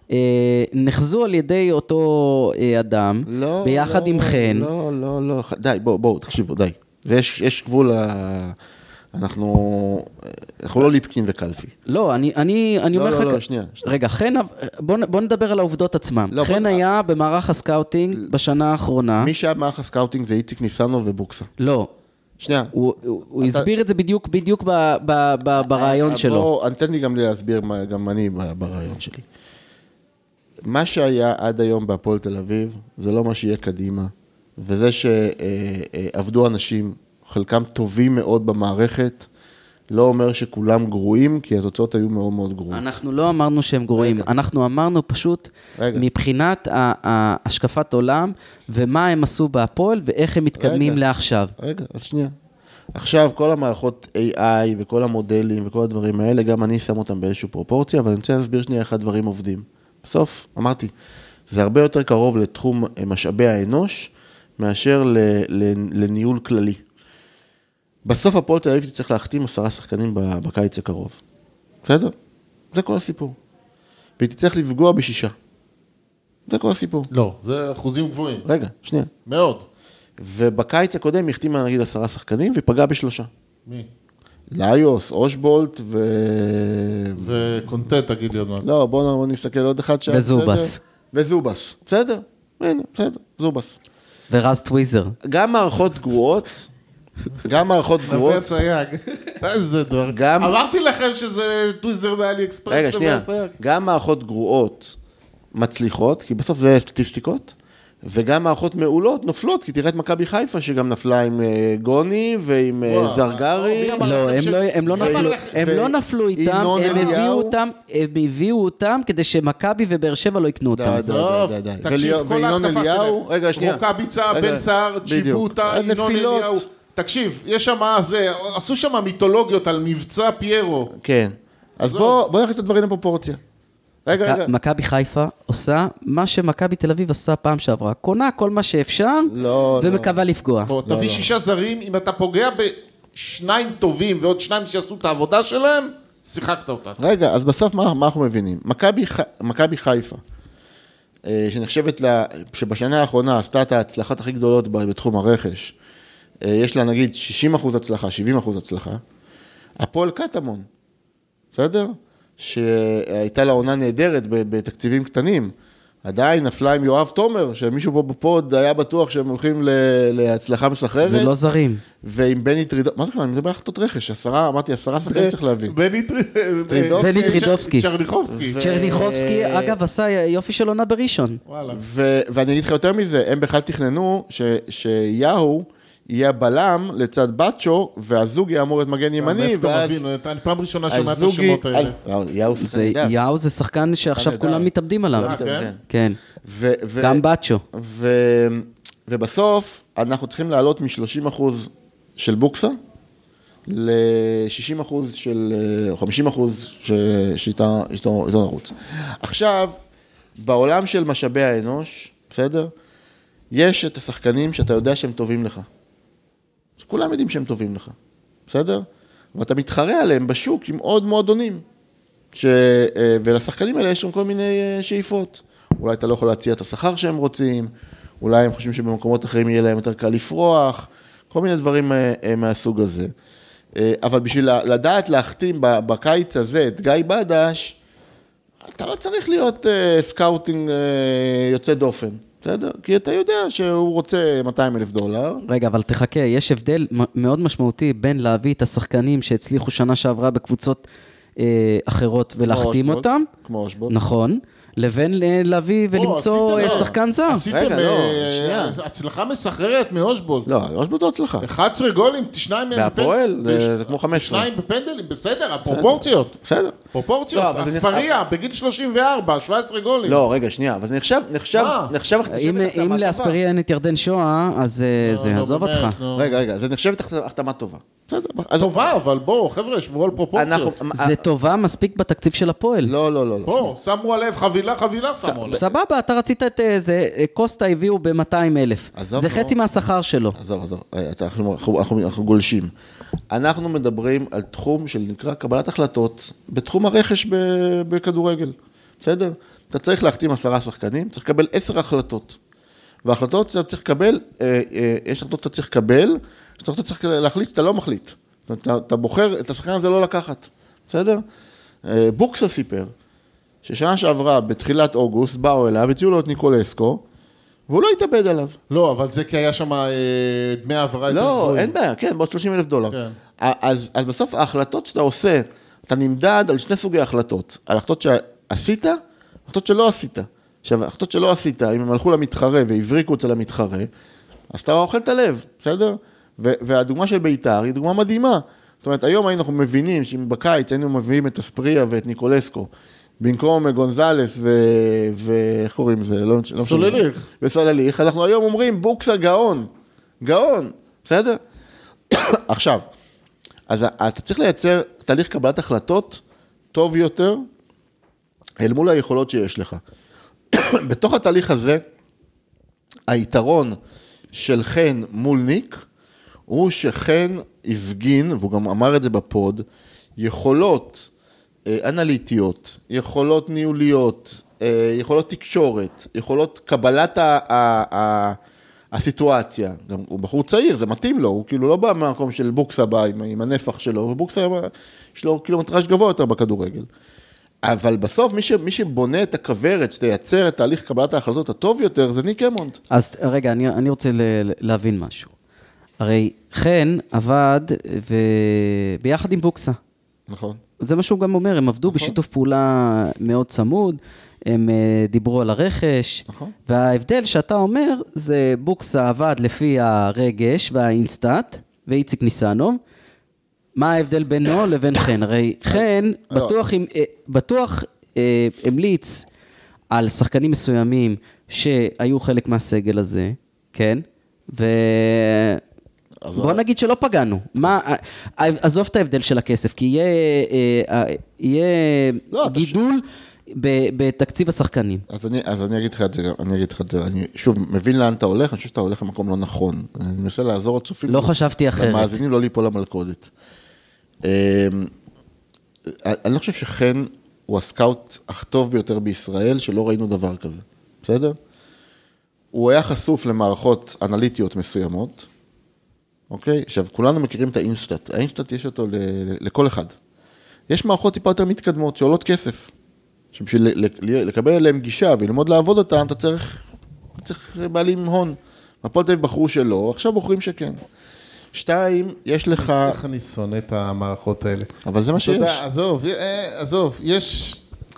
נחזו על ידי אותו אדם, לא, ביחד לא, עם חן. לא, לא, לא, די, בואו, בואו, תקשיבו, די. ויש, יש גבול ה... אנחנו... אנחנו לא ליפקין וקלפי. לא, אני, אני, אני לא, אומר לך... לא, לא, שנייה. רגע, חן, בוא, בוא נדבר על העובדות עצמם. לא, חן בוא... היה במערך הסקאוטינג בשנה האחרונה. מי שהיה במערך הסקאוטינג זה איציק ניסנו ובוקסה. לא. שנייה. הוא, הוא, הוא הסביר את זה בדיוק, בדיוק ב, ב, ב, ברעיון שלו. בוא, תן לי גם להסביר מה, גם אני ברעיון שלי. מה שהיה עד היום בהפועל תל אביב, זה לא מה שיהיה קדימה. וזה שעבדו אנשים, חלקם טובים מאוד במערכת, לא אומר שכולם גרועים, כי התוצאות היו מאוד מאוד גרועים. אנחנו לא אמרנו שהם גרועים, רגע. אנחנו אמרנו פשוט רגע. מבחינת השקפת עולם, ומה הם עשו בהפועל, ואיך הם מתקדמים רגע. לעכשיו. רגע, אז שנייה. עכשיו, כל המערכות איי איי וכל המודלים וכל הדברים האלה, גם אני שם אותם באיזושהי פרופורציה, אבל אני רוצה להסביר שנייה איך הדברים עובדים. בסוף, אמרתי, זה הרבה יותר קרוב לתחום משאבי האנוש, מאשר לניהול כללי. בסוף הפועל תל אביב צריך להחתים עשרה שחקנים בקיץ הקרוב. בסדר? זה כל הסיפור. והיא תצטרך לפגוע בשישה. זה כל הסיפור. לא, זה אחוזים גבוהים. רגע, שנייה. מאוד. ובקיץ הקודם היא החתימה נגיד עשרה שחקנים ופגעה בשלושה. מי? ליוס, אושבולט ו... וקונטט, תגיד לי עוד מה. לא, בואו נסתכל עוד אחד שם. וזובס. וזובס. בסדר? הנה, בסדר, זובס. ורז טוויזר. גם מערכות גרועות, גם מערכות גרועות. נווה סייג. איזה דבר. גם... אמרתי לכם שזה טוויזר מאלי אקספרס. רגע, שנייה. גם מערכות גרועות מצליחות, כי בסוף זה סטטיסטיקות, וגם מערכות מעולות נופלות, כי תראה את מכבי חיפה שגם נפלה עם גוני ועם זרגרי. לא, הם לא נפלו, הם לא נפלו איתם, הם הביאו אותם, הם הביאו אותם כדי שמכבי ובאר שבע לא יקנו אותם. די, די, די, די. תקשיב, כל ההתקפה שלהם. רגע, שנייה. רוקאביצה, בן סער, צ'יבוטה, ינון אליהו. תקשיב, יש שם, זה, עשו שם מיתולוגיות על מבצע פיירו. כן. אז בוא, בוא נכניס את הדברים לפרופורציה. רגע, רגע. מכבי חיפה עושה מה שמכבי תל אביב עשתה פעם שעברה. קונה כל מה שאפשר, ומקווה לפגוע. בוא, תביא שישה זרים, אם אתה פוגע בשניים טובים, ועוד שניים שעשו את העבודה שלהם, שיחקת אותה. רגע, אז בסוף מה, מה אנחנו מבינים? מכבי, מכבי חיפה, שנחשבת לה, שבשנה האחרונה עשתה את ההצלחת הכי גדולות בתחום הרכש, יש לה נגיד שישים אחוז הצלחה, שבעים אחוז הצלחה, הפועל קטמון, בסדר? שהייתה לה עונה נהדרת בתקציבים קטנים, עדיין נפלה עם יואב תומר, שמישהו פה בפוד היה בטוח שהם הולכים להצלחה מסחררת. זה לא זרים. ועם בני טרידובסקי, מה זה כאן? אני מדבר על החלטות רכש, עשרה, אמרתי, עשרה שחקנים צריך להביא. בני טרידובסקי. צ'רניחובסקי. צ'רניחובסקי, אגב, עשה יופי של עונה בראשון. ואני אגיד לך יותר מזה, הם בכלל תכננו שיהו יהיה הבלם לצד בצ'ו, והזוג יאמור את מגן ימני, ואז... אני פעם ראשונה שומע את השמות האלה. יאו זה שחקן שעכשיו כולם מתאבדים עליו. כן. גם בצ'ו. ובסוף אנחנו צריכים לעלות מ-שלושים אחוז של בוקסה, ל-שישים אחוז של, או חמישים אחוז שאיתה נרוץ. עכשיו, בעולם של משאבי האנוש, בסדר? יש את השחקנים שאתה יודע שהם טובים לך. כולם יודעים שהם טובים לך, בסדר? ואתה מתחרה עליהם בשוק עם עוד מועדונים. ש... ולשחקנים האלה יש שם כל מיני שאיפות. אולי אתה לא יכול להציע את השכר שהם רוצים, אולי הם חושבים שבמקומות אחרים יהיה להם יותר קל לפרוח, כל מיני דברים מהסוג הזה. אבל בשביל לדעת להחתים בקיץ הזה את גיא בדש, אתה לא צריך להיות סקאוטינג יוצא דופן. בסדר? כי אתה יודע שהוא רוצה מאתיים אלף דולר. רגע, אבל תחכה, יש הבדל מאוד משמעותי בין להביא את השחקנים שהצליחו שנה שעברה בקבוצות אה, אחרות ולהחתים אותם. כמו אושבולד. נכון. לבין להביא ולמצוא שחקן זר. עשיתם הצלחה מסחררת מאושבולד. לא, אושבולד לא הצלחה. אחד עשרה גולים, שניים מהם בפועל, זה כמו חמש עשרה. שניים בפנדלים, בסדר, הפרופורציות. בסדר. פרופורציות, אספריה, בגיל שלושים וארבע, שבע עשרה גולים. לא, רגע, שנייה, אבל זה נחשב, נחשב, נחשב... אם לאספריה אין את ירדן שואה, אז זה עזוב אותך. רגע, רגע, זה נחשב החתמה טובה. טובה, אבל בואו, חבר'ה, שבו על פרופורציות. זה טובה מספיק בתקציב של הפועל. לא, לא, לא. פה, שמו עליו חבילה, חבילה שמו עליו. סבבה, אתה רצית את זה, קוסטה הביאו ב-מאתיים אלף. זה חצי מהשכר שלו. עזוב, עזוב, אנחנו גולשים. אנחנו מדברים על תחום של נקרא קבלת החלטות, בתחום הרכש בכדורגל. בסדר? אתה צריך להחתים עשרה שחקנים, צריך לקבל עשר החלטות. וההחלטות אתה צריך לקבל, יש החלטות אתה צריך לקבל, יש החלטות אתה צריך להחליט שאתה לא מחליט. אתה, אתה בוחר את השחקן הזה לא לקחת. בסדר? בוקסה סיפר, ששנה שעברה בתחילת אוגוסט באו אליו, הציעו לו את ניקולסקו, והוא לא התאבד עליו. לא, אבל זה כי היה שם דמי העברה יותר גבוהים. לא, אין בעיה, כן, בעוד שלושים אלף דולר. כן. אז, אז בסוף ההחלטות שאתה עושה, אתה נמדד על שני סוגי החלטות. על החלטות שעשית, החלטות שלא עשית. עכשיו, החלטות שלא עשית, אם הם הלכו למתחרה והבריקו אצל המתחרה, אז אתה אוכל את הלב, בסדר? והדוגמה של ביתר היא דוגמה מדהימה. זאת אומרת, היום אנחנו מבינים שאם בקיץ היינו מביאים את אספריה ואת ניקולסקו, במקום גונזלס ו... ואיך קוראים לזה? לא, לא סולליך. וסולליך, אנחנו היום אומרים בוקסה גאון, גאון, בסדר? עכשיו, אז אתה צריך לייצר תהליך קבלת החלטות טוב יותר, אל מול היכולות שיש לך. בתוך התהליך הזה, היתרון של חן מול ניק, הוא שחן הפגין, והוא גם אמר את זה בפוד, יכולות אנליטיות, יכולות ניהוליות, יכולות תקשורת, יכולות קבלת ה- ה- ה- הסיטואציה. גם הוא בחור צעיר, זה מתאים לו, הוא כאילו לא בא מהמקום של בוקסה בא עם, עם הנפח שלו, ובוקסה יש לו קילומטראז' גבוה יותר בכדורגל. אבל בסוף מי, ש, מי שבונה את הכוורת, שתייצר את תהליך קבלת ההחלטות הטוב יותר, זה ניק אמונד. אז רגע, אני, אני רוצה ל- להבין משהו. הרי חן עבד ו... ביחד עם בוקסה. נכון. זה מה שהוא גם אומר, הם עבדו נכון. בשיתוף פעולה מאוד צמוד, הם דיברו על הרכש, נכון. וההבדל שאתה אומר, זה בוקסה עבד לפי הרגש והאינסטאט, ואיציק ניסנוב, מה ההבדל בינו לבין חן? הרי חן בטוח, בטוח המליץ על שחקנים מסוימים שהיו חלק מהסגל הזה, כן? ו... בוא נגיד שלא פגענו. מה, עזוב את ההבדל של הכסף, כי יהיה, יהיה גידול בתקציב השחקנים. אז אני, אז אני אגיד לך את זה, אני אגיד לך את זה, אני שוב מבין לאן אתה הולך, אני חושב שאתה הולך למקום לא נכון. אני מנסה לעזור לצופים. לא חשבתי אחרת. למאזינים לא ליפול למלכודת. אני לא חושב שחן הוא הסקאוט הטוב ביותר בישראל, שלא ראינו דבר כזה. בסדר? הוא היה חשוף למערכות אנליטיות מסוימות, אוקיי? עכשיו, כולנו מכירים את האינסטאט. האינסטאט יש אותו לכל אחד. יש מערכות טיפה יותר מתקדמות שעולות כסף. שבשביל לקבל אליהם גישה וללמוד לעבוד אותם, אתה צריך, צריך בעלים הון. הפועל תל אביב בחרו שלא, עכשיו בוחרים שכן. שתיים, יש לך... איך אני שונא את המערכות האלה. אבל זה מה שיש. עזוב, עזוב, יש...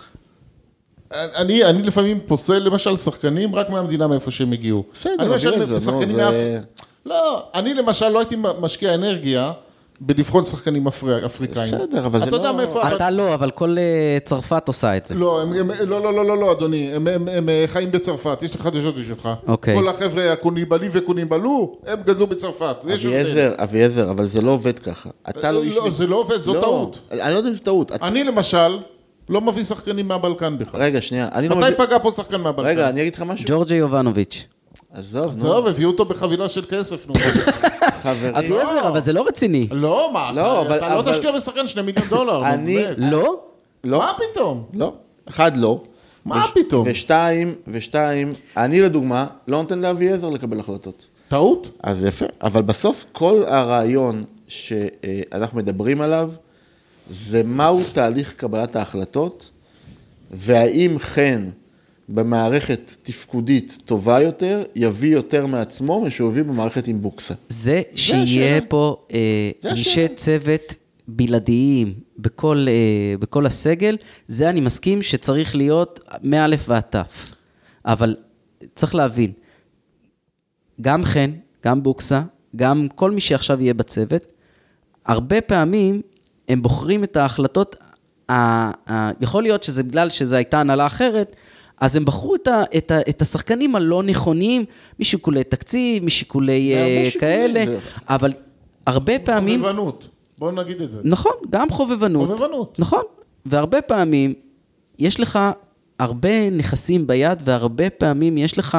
אני, אני לפעמים פוסל למשל שחקנים רק מהמדינה מאיפה שהם הגיעו. בסדר, נביא את זה. שחקנים מאף... לא, אני למשל לא הייתי משקיע אנרגיה בלבחון שחקנים אפריקאים. בסדר, אבל זה לא... אתה יודע מאיפה... אתה לא, אבל כל צרפת עושה את זה. לא, לא, לא, לא, לא, אדוני, הם חיים בצרפת, יש לך חדשות בשבילך. אוקיי. כל החבר'ה הקוניבלי וקוניבלו, הם גדלו בצרפת. אביעזר, אביעזר, אבל זה לא עובד ככה. אתה לא איש... לא, זה לא עובד, זו טעות. אני לא יודע אם זה טעות. אני למשל, לא מביא שחקנים מהבלקן בכלל. רגע, שנייה. מתי פגע פה שחקן מהבלקן? רגע, אני אגיד לך משהו. ג'ורג'י יובנוביץ'. עזוב, נו. עזוב, הביאו אותו בחבילה של כסף, נו. חברים. אביעזר, אבל זה לא רציני. לא, מה? לא, אבל- אתה לא אבל- תשקיע בשחקן שני מיליון דולר. נו, אני- באמת. לא? לא, מה פתאום? לא. אחד לא. מה וש- פתאום? ושתיים, ושתיים, אני לדוגמה, לא נותן לאביעזר לקבל החלטות. טעות? אז יפה. אבל בסוף כל הרעיון שאנחנו מדברים עליו, זה מהו תהליך קבלת ההחלטות, והאם חן במערכת תפקודית טובה יותר, יביא יותר מעצמו משהביא במערכת עם בוקסה. זה שיהיה השאלה. פה אה, זה אנשי השאלה. צוות בלעדיים בכל, אה, בכל הסגל, זה אני מסכים שצריך להיות מאלף ועד תף. אבל צריך להבין, גם חן, גם בוקסה, גם כל מי שעכשיו יהיה בצוות, הרבה פעמים הם בוחרים את ההחלטות, ה- ה- יכול להיות שזה בגלל שזו הייתה הנהלה אחרת, אז הם בחרו את, ה, את, ה, את השחקנים הלא נכונים, משיקולי תקציב, משיקולי מהרבה uh, שיקולים, כאלה, זה- אבל הרבה פעמים, חובבנות. בואו נגיד את זה. נכון, גם חובבנות, חובבנות. נכון, והרבה פעמים יש לך הרבה נכסים ביד, והרבה פעמים יש לך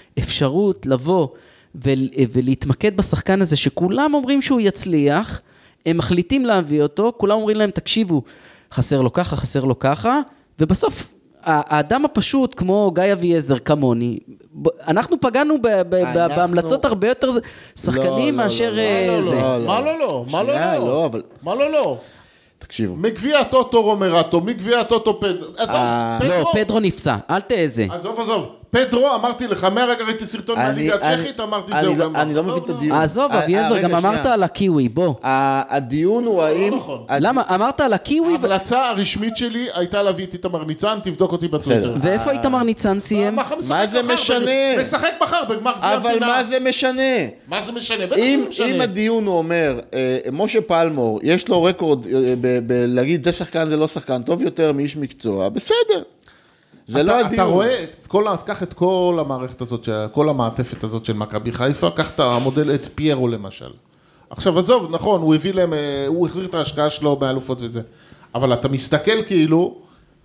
אפשרות לבוא ול, ולהתמקד בשחקן הזה, שכולם אומרים שהוא יצליח, הם מחליטים להביא אותו, כולם אומרים להם, תקשיבו, חסר לו ככה, חסר לו ככה, ובסוף, האדם הפשוט, כמו גיא אביעזר, כמוני, אנחנו פגענו ב- ב- אנחנו- בהמלצות הרבה יותר שחקנים לא, מאשר לא, אה, לא, זה. לא, מה לא לא? מה שנייה, לא לא, לא? אבל- מה לא לא? תקשיבו. מגביע הטוטו רומרטו, מגביע הטוטו פדרו. עזוב, אה, לא, פדרו נפצע, אל תאזה. עזוב, עזוב. פדרו, אמרתי לך, מהרגע ראיתי סרטון אני- מהליגה אני- הצ'כית, אמרתי אני זהו לא- גם. אני לא מבין את הדיון. עזוב, אה, אביעזר, רגע, גם אמרת שנייה. על הקיווי, בוא. ה- הדיון הוא האם... נכון. הד- למה? אמרת על הקיווי, ו- ההמלצה הרשמית שלי הייתה להביא את איתמר ניצן, תבדוק אותי בטוויטר. ואיפה איתמר ניצן סיים? מחר משחק מה זה מחר, משנה? משחק מחר בגמר גביע אבל המדינה. מה זה משנה? מה זה משנה? בטח אם, זה משנה. אם הדיון הוא אומר, אה, משה פלמור, יש לו רקורד אה, ב- ב- להגיד, זה שחקן, זה לא שחקן, טוב יותר מאיש מקצוע, בסדר. זה אתה, לא אתה הדיון. רואה, את כל, ה- קח את כל המערכת הזאת, של- כל המעטפת הזאת של מכבי חיפה, קח את המודל, את פיירו למשל. עכשיו, עזוב, נכון, הוא הביא להם, אה, הוא החזיר את ההשקעה שלו באלופות וזה. אבל אתה מסתכל כאילו,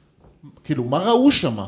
כאילו, מה ראו שמה?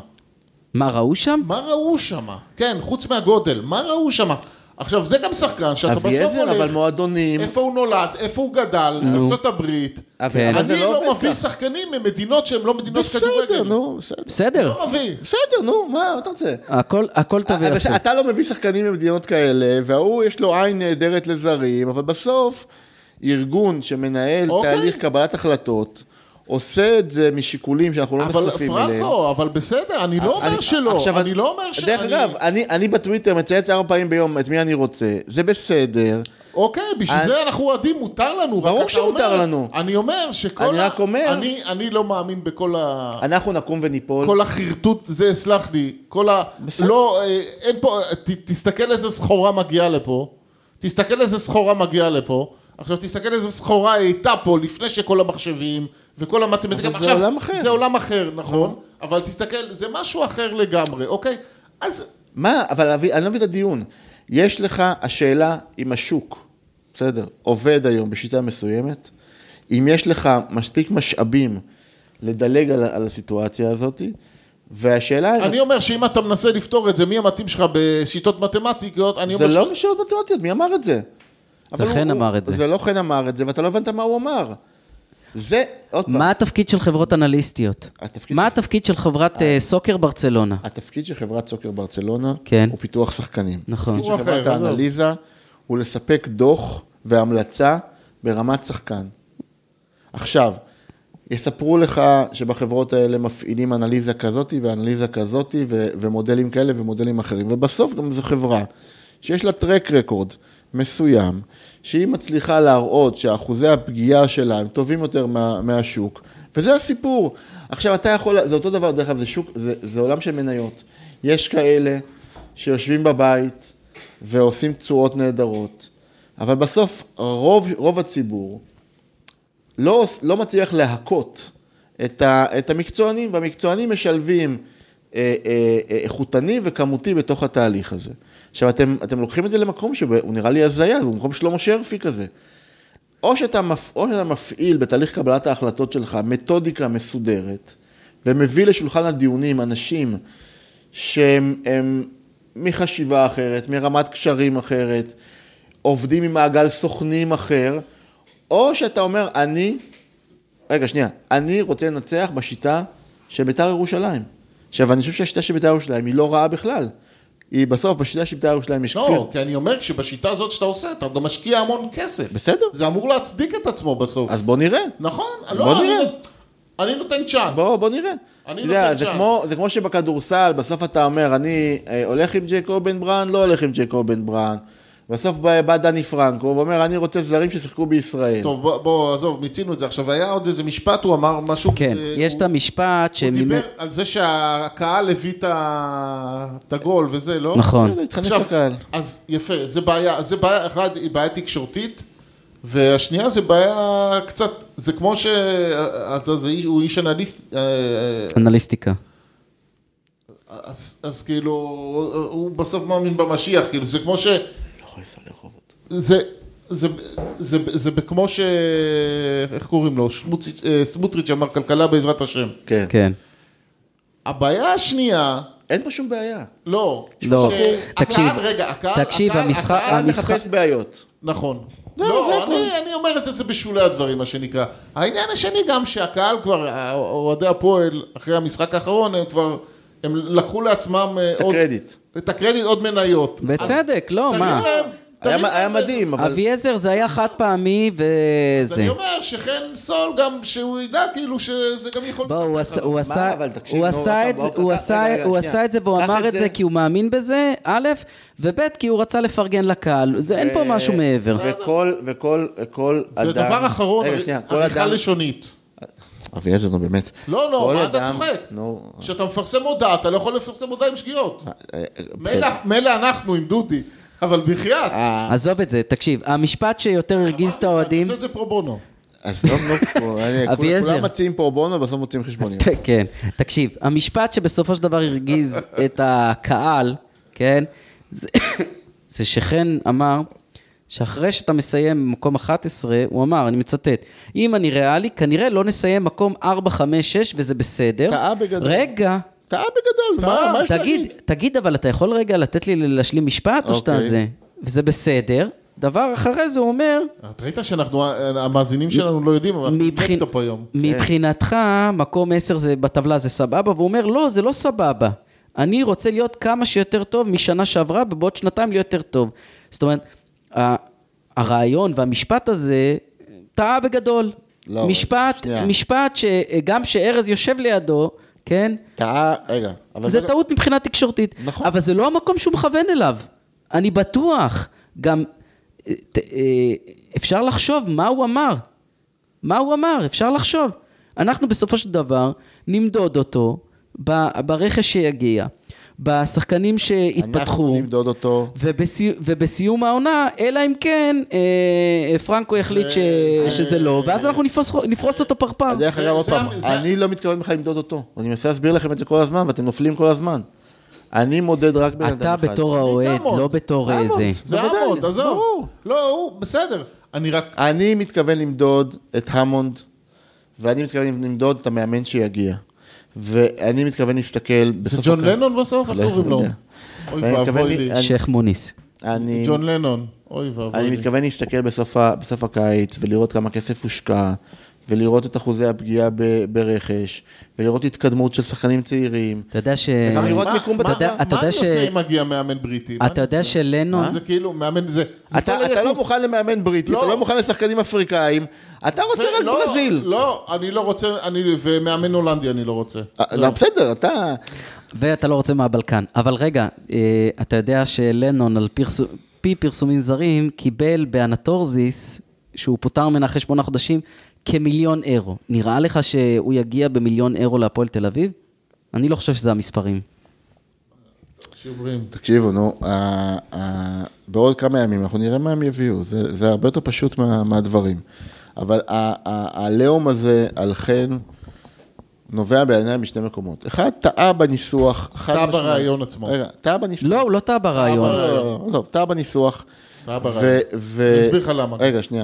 מה ראו שם? מה ראו שמה? כן, חוץ מהגודל, מה ראו שמה? עכשיו, זה גם שחקן שאתה בסוף אביעזר, הולך, אבל מועדונים, איפה הוא נולד, איפה הוא גדל, ארצות הברית. אבל אבל זה אני לא לא עובד מביא ככה. שחקנים ממדינות שהן לא מדינות בסדר, כדורגל. נו, בסדר. בסדר, לא מביא. בסדר, נו, מה אתה רוצה? הכל הכל טוב אבל ויפה. אתה לא מביא שחקנים ממדינות כאלה, והוא יש לו עין נהדרת לזרים, אבל בסוף, ארגון שמנהל אוקיי. תהליך קבלת החלטות, עושה את זה משיקולים שאנחנו לא אבל נחשפים אליהם. פרנקו, אבל בסדר, אני לא אומר אני- שלא, עכשיו, אני לא אומר ש... דרך אני- אגב, אני, אני בטוויטר מצייץ ארבע פעמים ביום את מי אני רוצה, זה בסדר. אוקיי, בשביל אני- זה אנחנו אוהדים, מותר לנו. ברור רק אתה שמותר אומר- לנו. אני אומר שכל אני ה... רק אומר- אני, אני לא מאמין בכל ה... אנחנו נקום וניפול. כל החרטוט, זה, סלח לי, כל ה... בסדר. לא, אה, אין פה, ת, תסתכל איזה סחורה מגיעה לפה, תסתכל איזה סחורה מגיעה לפה, עכשיו תסתכל איזה סחורה הייתה פה לפני שכל המחשבים וכל המתמטיקה, אבל זה עכשיו, עולם אחר. זה עולם אחר, נכון, אבל תסתכל, זה משהו אחר לגמרי, אוקיי? אז מה? אבל אבי- אני לא מבין את הדיון. יש לך השאלה אם השוק, בסדר, עובד היום בשיטה מסוימת, אם יש לך מספיק משאבים לדלג על, על הסיטואציה הזאת, והשאלה... אני אומר שאם אתה מנסה לפתור את זה, מי המתאים שלך בשיטות מתמטיקיות, אני זה אומר לא משאלות מתמטיות, מי אמר את זה? אבל הוא- חן הוא- אמר את זה. זה לא חן אמר את זה, ואתה לא הבנת מה הוא אמר. זה, עוד פעם, מה התפקיד של חברות אנליסטיות? התפקיד מה של- התפקיד של חברת אה, סוקר ברצלונה? התפקיד של חברת סוקר ברצלונה, כן. הוא פיתוח שחקנים. נכון. התפקיד של הוא חברת אחר, עזוב. האנליזה, הוא לספק דוח והמלצה ברמת שחקן. עכשיו, יספרו לך שבחברות האלה מפעילים אנליזה כזאת ואנליזה כזאת ו- ומודלים כאלה ומודלים אחרים, ובסוף גם זו חברה שיש לה טרק רקורד מסוים, שהיא מצליחה להראות שאחוזי הפגיעה שלה הם טובים יותר מה, מהשוק, וזה הסיפור. עכשיו אתה יכול, זה אותו דבר, דרך אגב, זה שוק, זה, זה עולם של מניות. יש כאלה שיושבים בבית ועושים תשואות נהדרות, אבל בסוף רוב, רוב הציבור לא, לא מצליח להכות את, ה, את המקצוענים, והמקצוענים משלבים אה, אה, איכותני וכמותי בתוך התהליך הזה. עכשיו, אתם, אתם לוקחים את זה למקום שהוא נראה לי הזיה, הוא מקום שלמה שרפי כזה. או שאתה, מפ... או שאתה מפעיל בתהליך קבלת ההחלטות שלך מתודיקה מסודרת, ומביא לשולחן הדיונים אנשים שהם הם מחשיבה אחרת, מרמת קשרים אחרת, עובדים ממעגל סוכנים אחר, או שאתה אומר, אני, רגע, שנייה, אני רוצה לנצח בשיטה של בית"ר ירושלים. עכשיו, אני חושב שהשיטה של בית"ר ירושלים היא לא רעה בכלל. היא בסוף, בשיטה של בית"ר ירושלים יש כפיר. לא, כי אני אומר שבשיטה הזאת שאתה עושה, אתה גם משקיע המון כסף. בסדר. זה אמור להצדיק את עצמו בסוף. אז בוא נראה. נכון? בוא לא, נראה. אני, אני נותן צ'אנס. בוא, בוא נראה. אני יודע, נותן זה צ'אנס. כמו, זה כמו שבכדורסל, בסוף אתה אומר, אני אה, הולך עם ג'ייקוב בן ברן, לא הולך עם ג'ייקוב בן ברן. בסוף בא, בא דני פרנקו, ואומר, אני רוצה זרים ששיחקו בישראל. טוב, בוא, בוא, עזוב, מיצינו את זה. עכשיו, היה עוד איזה משפט, הוא אמר משהו... כן, אה, יש הוא, את המשפט הוא שממ... דיבר על זה שהקהל הביא את ה- את הגול וזה, לא? נכון. בסדר, התחנף עכשיו, לקהל. אז יפה, זה בעיה, זה בעיה, אחת היא בעיה תקשורתית, והשנייה זה בעיה קצת, זה כמו ש... אז, אז הוא איש אנליסט, אה, אנליסטיקה. אז, אז כאילו, הוא בסוף מאמין במשיח, כאילו, זה כמו ש... לא יכול לנסוע לרחובות. זה, זה, זה, זה, זה כמו ש... איך קוראים לו? שמוציץ', אה, סמוטריץ' אמר כלכלה בעזרת השם. כן. כן. הבעיה השנייה, אין פה שום בעיה. לא. לא, ש- תקשיב, הקהל, רגע, הקהל, תקשיב, הקהל, המשחק- הקהל המשחק- מחפש בעיות. נכון. לא, לא, זה אני, אני אומר את זה, זה בשולי הדברים, מה שנקרא. העניין השני גם שהקהל כבר, אוהדי הפועל, אחרי המשחק האחרון, הם כבר, הם לקחו לעצמם את הקרדיט. את הקרדיט עוד מניות. בצדק, לא, אז מה? תגידו להם, היה, תגידו היה להם, מדהים, אבל... אביעזר זה היה חד פעמי אז וזה. אני אומר שחן סול גם, שהוא ידע כאילו שזה גם יכול... בוא, הוא עשה- הוא מה, עשה- אבל תקשיב, הוא נו, עשה אתה את זה, בוא, הוא רגע, עשה- רגע, הוא שנייה. עשה את זה והוא קח אמר את את זה זה. כי הוא מאמין בזה, א', וב', כי הוא רצה לפרגן לקהל. זה- אין פה משהו מעבר. וכל, וכל, כל אדם... ודבר אחרון, רגע, שנייה, כל עריכה אדם... לשונית. אביעזר, נו, באמת. לא, לא, כל מה אתה אדם- צוחק? נו... כשאתה מפרסם הודעה, אתה לא יכול לפרסם הודעה עם שגיאות. אה, מילא- בסדר. מילא אנחנו עם דודי, אבל בחייאת. אה, עזוב את זה, תקשיב, המשפט שיותר הרגיז את האוהדים, תעשה את זה פרו בונו. אז לא, נו, אני- אביעזר. כולם מציעים פרו בונו, בסוף מוצאים חשבוניות. כן, תקשיב, המשפט שבסופו של דבר הרגיז את הקהל, כן, זה, זה שחן אמר, שאחרי שאתה מסיים במקום אחת עשרה, הוא אמר, אני מצטט, אם אני ריאלי, כנראה לא נסיים מקום ארבע, חמש, שש, וזה בסדר. טעה בגדול. רגע, טעה בגדול, מה מה יש תגיד, להגיד? תגיד, אבל אתה יכול רגע לתת לי להשלים משפט, או שאתה אוקיי. זה? וזה בסדר. דבר אחרי זה הוא אומר, את ראית שאנחנו, המאזינים שלנו לא יודעים, אבל אנחנו מבחין- נפטופ היום. מבחינתך, מקום עשר זה בטבלה זה סבבה, והוא אומר, לא, זה לא סבבה. אני רוצה להיות כמה שיותר טוב משנה שעברה, ובעוד שנתיים להיות יותר טוב. זאת אומרת, ה- הרעיון והמשפט הזה, טעה בגדול. לא, משפט, שנייה. משפט שגם שארז יושב לידו, כן? טעה, רגע. אבל זה טעות מבחינה תקשורתית. נכון. אבל זה לא המקום שהוא מכוון אליו. אני בטוח. גם אה, ת- אה, אפשר לחשוב מה הוא אמר. מה הוא אמר? אפשר לחשוב. אנחנו בסופו של דבר נמדוד אותו ב- ברכש שיגיע, בשחקנים אנחנו שהתפתחו, נמדוד אותו. ובסי... ובסיום העונה, אלא אם כן אה, פרנקו יחליט ש... שזה לא, ואז אנחנו נפרוס, נפרוס אותו פרפר. דרך זה- אגב, עוד זה- פעם, זה- אני לא מתכוון בכלל למדוד אותו. אני מנסה להסביר לכם את זה כל הזמן, ואתם נופלים כל הזמן. אני מודד רק בן אדם אתה אחד. בתור האוהד, עמוד. לא בתור עמוד. איזה. זה בוודאי, עמוד, עזוב. ברור. לא, הוא, בסדר. אני רק... אני מתכוון למדוד את המונד, ואני מתכוון למדוד את המאמן שיגיע. ואני מתכוון להסתכל זה בסוף... ג'ון הק- לנון בסוף? איך לא קוראים לו? יודע. אוי ואני מתכוון ואבוי לי- לי. אני- שייח מוניס. אני... ג'ון לנון. אוי ואבוי אני לי. מתכוון להסתכל בסוף, ה, בסוף הקיץ, ולראות כמה כסף הושקע, ולראות את אחוזי הפגיעה ב, ברכש, ולראות התקדמות של שחקנים צעירים. אתה יודע ש... וגם לראות מה- מיקום מה- בטבלה. אתה יודע- אתה מה יודע אני ש- עושה אם מגיע מאמן בריטי? מה אתה אני יודע עושה? שלנון... זה כאילו, מאמן, זה... זה אתה, כל אתה היקום. לא מוכן למאמן בריטי, לא. אתה לא מוכן לשחקנים אפריקאים, אתה רוצה רק לא, ברזיל. לא, אני לא רוצה, אני, ומאמן הולנדי אני לא רוצה. אה, לא, בסדר, אתה... ואתה לא רוצה מהבלקן. אבל רגע, אה, אתה יודע שלנון, על פרסו- פי פרסומים זרים, קיבל באנטורזיס, שהוא פוטר ממנה אחרי שמונה חודשים, כמיליון אירו. נראה לך שהוא יגיע במיליון אירו להפועל תל אביב? אני לא חושב שזה המספרים. שאומרים. תקשיבו, נו, ה- ה- בעוד כמה ימים אנחנו נראה מה הם יביאו, זה, זה הרבה יותר פשוט מה, מהדברים. אבל הלאום הזה על חן נובע בעיניי בשני מקומות. אחד, טעה בניסוח. טעה ברעיון עצמו. רגע, טעה בניסוח. לא, הוא לא טעה ברעיון. טוב, טעה בניסוח. טעה ברעיון. אני אסביר לך למה. רגע, שנייה.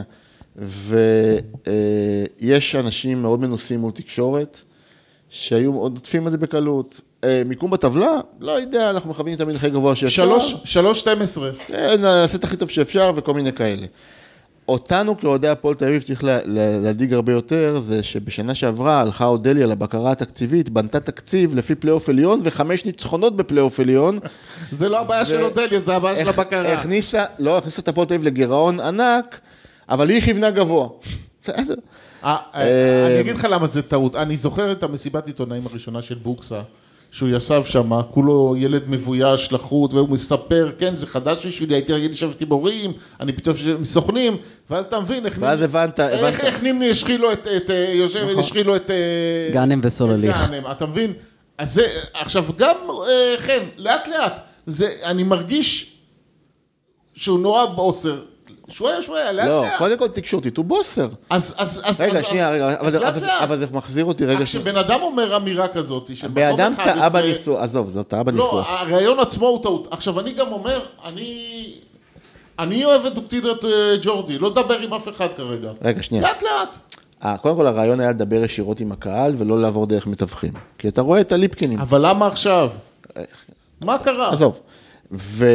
ויש אנשים מאוד מנוסים מול תקשורת, שהיו עוטפים את זה בקלות. מיקום בטבלה, לא יודע, אנחנו מכוונים תמיד הכי גבוה שאפשר. שלוש שתים עשרה. נעשה את הכי טוב שאפשר וכל מיני כאלה. אותנו כאוהדי הפועל תל אביב צריך להדאיג הרבה יותר, זה שבשנה שעברה הלכה אודליה לבקרה התקציבית, בנתה תקציב לפי פלייאוף עליון וחמש ניצחונות בפלייאוף עליון. זה לא הבעיה של אודליה, זה הבעיה של הבקרה. הכניסה, לא, הכניסה את הפועל תל אביב לגירעון ענק, אבל היא כיוונה גבוה. בסדר. אני אגיד לך למה זה טעות. אני זוכר את המסיבת עיתונאים הראשונה של בוקסה, שהוא ישב שם, כולו ילד מבויש, לחוט, והוא מספר, כן, זה חדש בשבילי, הייתי רגיל לשבת עם הורים, אני פתאום מסוכנים, ואז אתה מבין, ואז הבנת, הבנת. איך נימני השחילו את, יושב, השחילו את... גאנם וסולליך. גאנם, אתה מבין? אז זה, עכשיו, גם, כן, לאט לאט, זה, אני מרגיש שהוא נורא בוסר, שויה, שויה, לאט לאט. לא, קודם כל תקשורתית, הוא בוסר. אז, אז, אז... רגע, שנייה, רגע, אבל זה מחזיר אותי רגע. כשבן אדם אומר אמירה כזאת, בן אדם טעה בניסוח, עזוב, זאת טעה בניסוח. לא, הרעיון עצמו הוא טעות. עכשיו, אני גם אומר, אני... אני אוהב את דוקטרינת ג'ורדי, לא לדבר עם אף אחד כרגע. רגע, שנייה. לאט לאט. קודם כל, הרעיון היה לדבר ישירות עם הקהל, ולא לעבור דרך מתווכים. כי אתה רואה את הליפקינים. אבל למה עכשיו? מה קרה? עזוב. ו...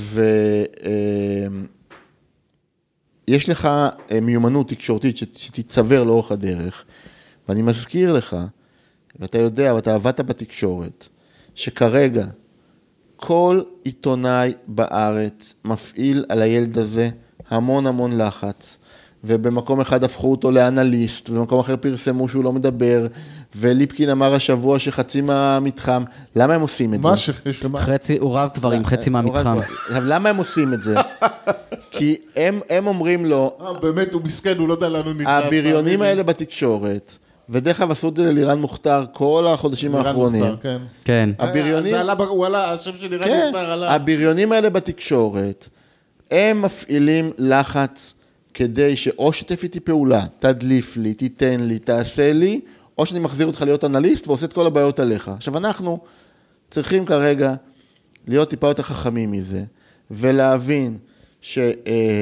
יש לך מיומנות תקשורתית שתצבר לאורך הדרך, ואני מזכיר לך, ואתה יודע, ואתה עבדת בתקשורת, שכרגע כל עיתונאי בארץ מפעיל על הילד הזה המון המון לחץ, ובמקום אחד הפכו אותו לאנליסט, ובמקום אחר פרסמו שהוא לא מדבר, וליפקין אמר השבוע שחצי מהמתחם, למה הם עושים את זה? מה שחשמה? חצי, הוא רב כבר עם חצי מהמתחם. למה הם עושים את זה? כי הם, הם אומרים לו... באמת, הוא מסכן, הוא לא יודע לנו נקרא. הבריונים האלה בתקשורת, ודרך אגב עשו את זה ללירן מוכתר כל החודשים האחרונים. לירן מוכתר, כן. כן. הבריונים... זה עלה, הוא עלה, השם של לירן מוכתר עלה. הבריונים האלה בתקשורת, הם מפעילים לחץ כדי שאו שתף איתי פעולה, תדליף לי, תיתן לי, תעשה לי, או שאני מחזיר אותך להיות אנליסט ועושה את כל הבעיות עליך. עכשיו אנחנו צריכים כרגע להיות טיפה יותר חכמים מזה, ולהבין שיש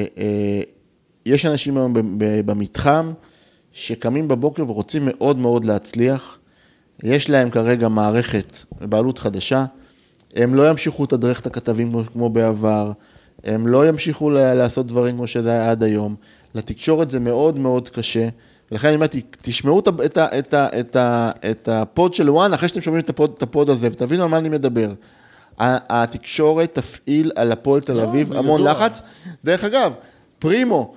אנשים היום במתחם שקמים בבוקר ורוצים מאוד מאוד להצליח, יש להם כרגע מערכת בעלות חדשה, הם לא ימשיכו לתדרך את הכתבים כמו בעבר, הם לא ימשיכו לעשות דברים כמו שזה היה עד היום, לתקשורת זה מאוד מאוד קשה, ולכן אני אומרת, תשמעו את, את, את, את, את הפוד של וואן, אחרי שאתם שומעים את הפוד, את הפוד הזה, ותבינו על מה אני מדבר. התקשורת תפעיל על הפועל תל אביב המון ידוע. לחץ. דרך אגב, פרימו,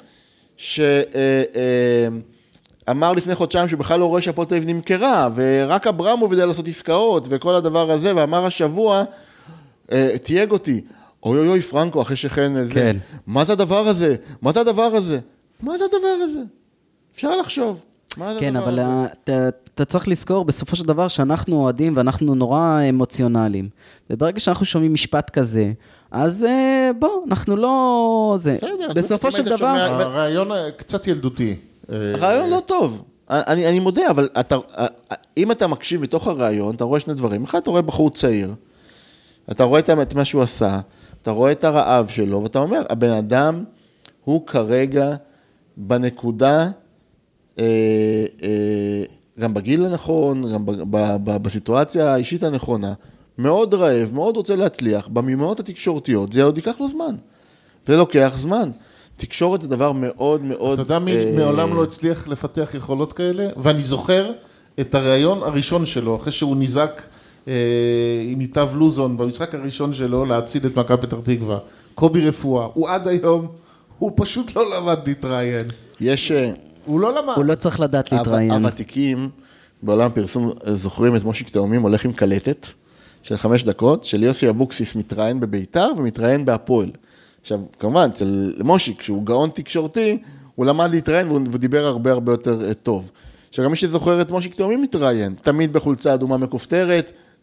שאמר לפני חודשיים שהוא בכלל לא רואה שהפועל תל אביב נמכרה, ורק אברמוב יודע לעשות עסקאות, וכל הדבר הזה, ואמר השבוע, תייג אותי, אוי אוי אוי פרנקו, אחרי שכן, כן. מה זה הדבר הזה? מה זה הדבר הזה? מה זה הדבר הזה? אפשר לחשוב. כן, אבל אתה, אתה צריך לזכור בסופו של דבר שאנחנו אוהדים ואנחנו נורא אמוציונליים. וברגע שאנחנו שומעים משפט כזה, אז בוא, אנחנו לא... זה. בסדר, בסופו של דבר... שומע... הרעיון קצת ילדותי. הרעיון לא טוב. אני, אני מודה, אבל אתה, אם אתה מקשיב בתוך הרעיון, אתה רואה שני דברים. אחד, אתה רואה בחור צעיר, אתה רואה את מה שהוא עשה, אתה רואה את הרעב שלו, ואתה אומר, הבן אדם הוא כרגע בנקודה, אה, אה, גם בגיל הנכון, גם ב, ב, ב, בסיטואציה האישית הנכונה, מאוד רעב, מאוד רוצה להצליח, במיומנויות התקשורתיות, זה עוד ייקח לו זמן. זה לוקח זמן. תקשורת זה דבר מאוד מאוד... אתה יודע, מי אה... מעולם לא הצליח לפתח יכולות כאלה, ואני זוכר את הרעיון הראשון שלו, אחרי שהוא נזק אה, עם איתיו לוזון, במשחק הראשון שלו, להציל את מכבי פתח תקווה. קובי רפואה, הוא עד היום, הוא פשוט לא למד להתראיין. יש... הוא לא למד. הוא לא צריך לדעת להתראיין. הוותיקים בעולם פרסום זוכרים את מושיק תאומים, הולך עם קלטת של חמש דקות, של יוסי אבוקסיס מתראיין בביתר ומתראיין בהפועל. עכשיו, כמובן, אצל מושיק, שהוא גאון תקשורתי, הוא למד להתראיין והוא דיבר הרבה הרבה יותר טוב. עכשיו, גם מי שזוכר את מושיק תאומים מתראיין, תמיד בחולצה אדומה מכופתרת,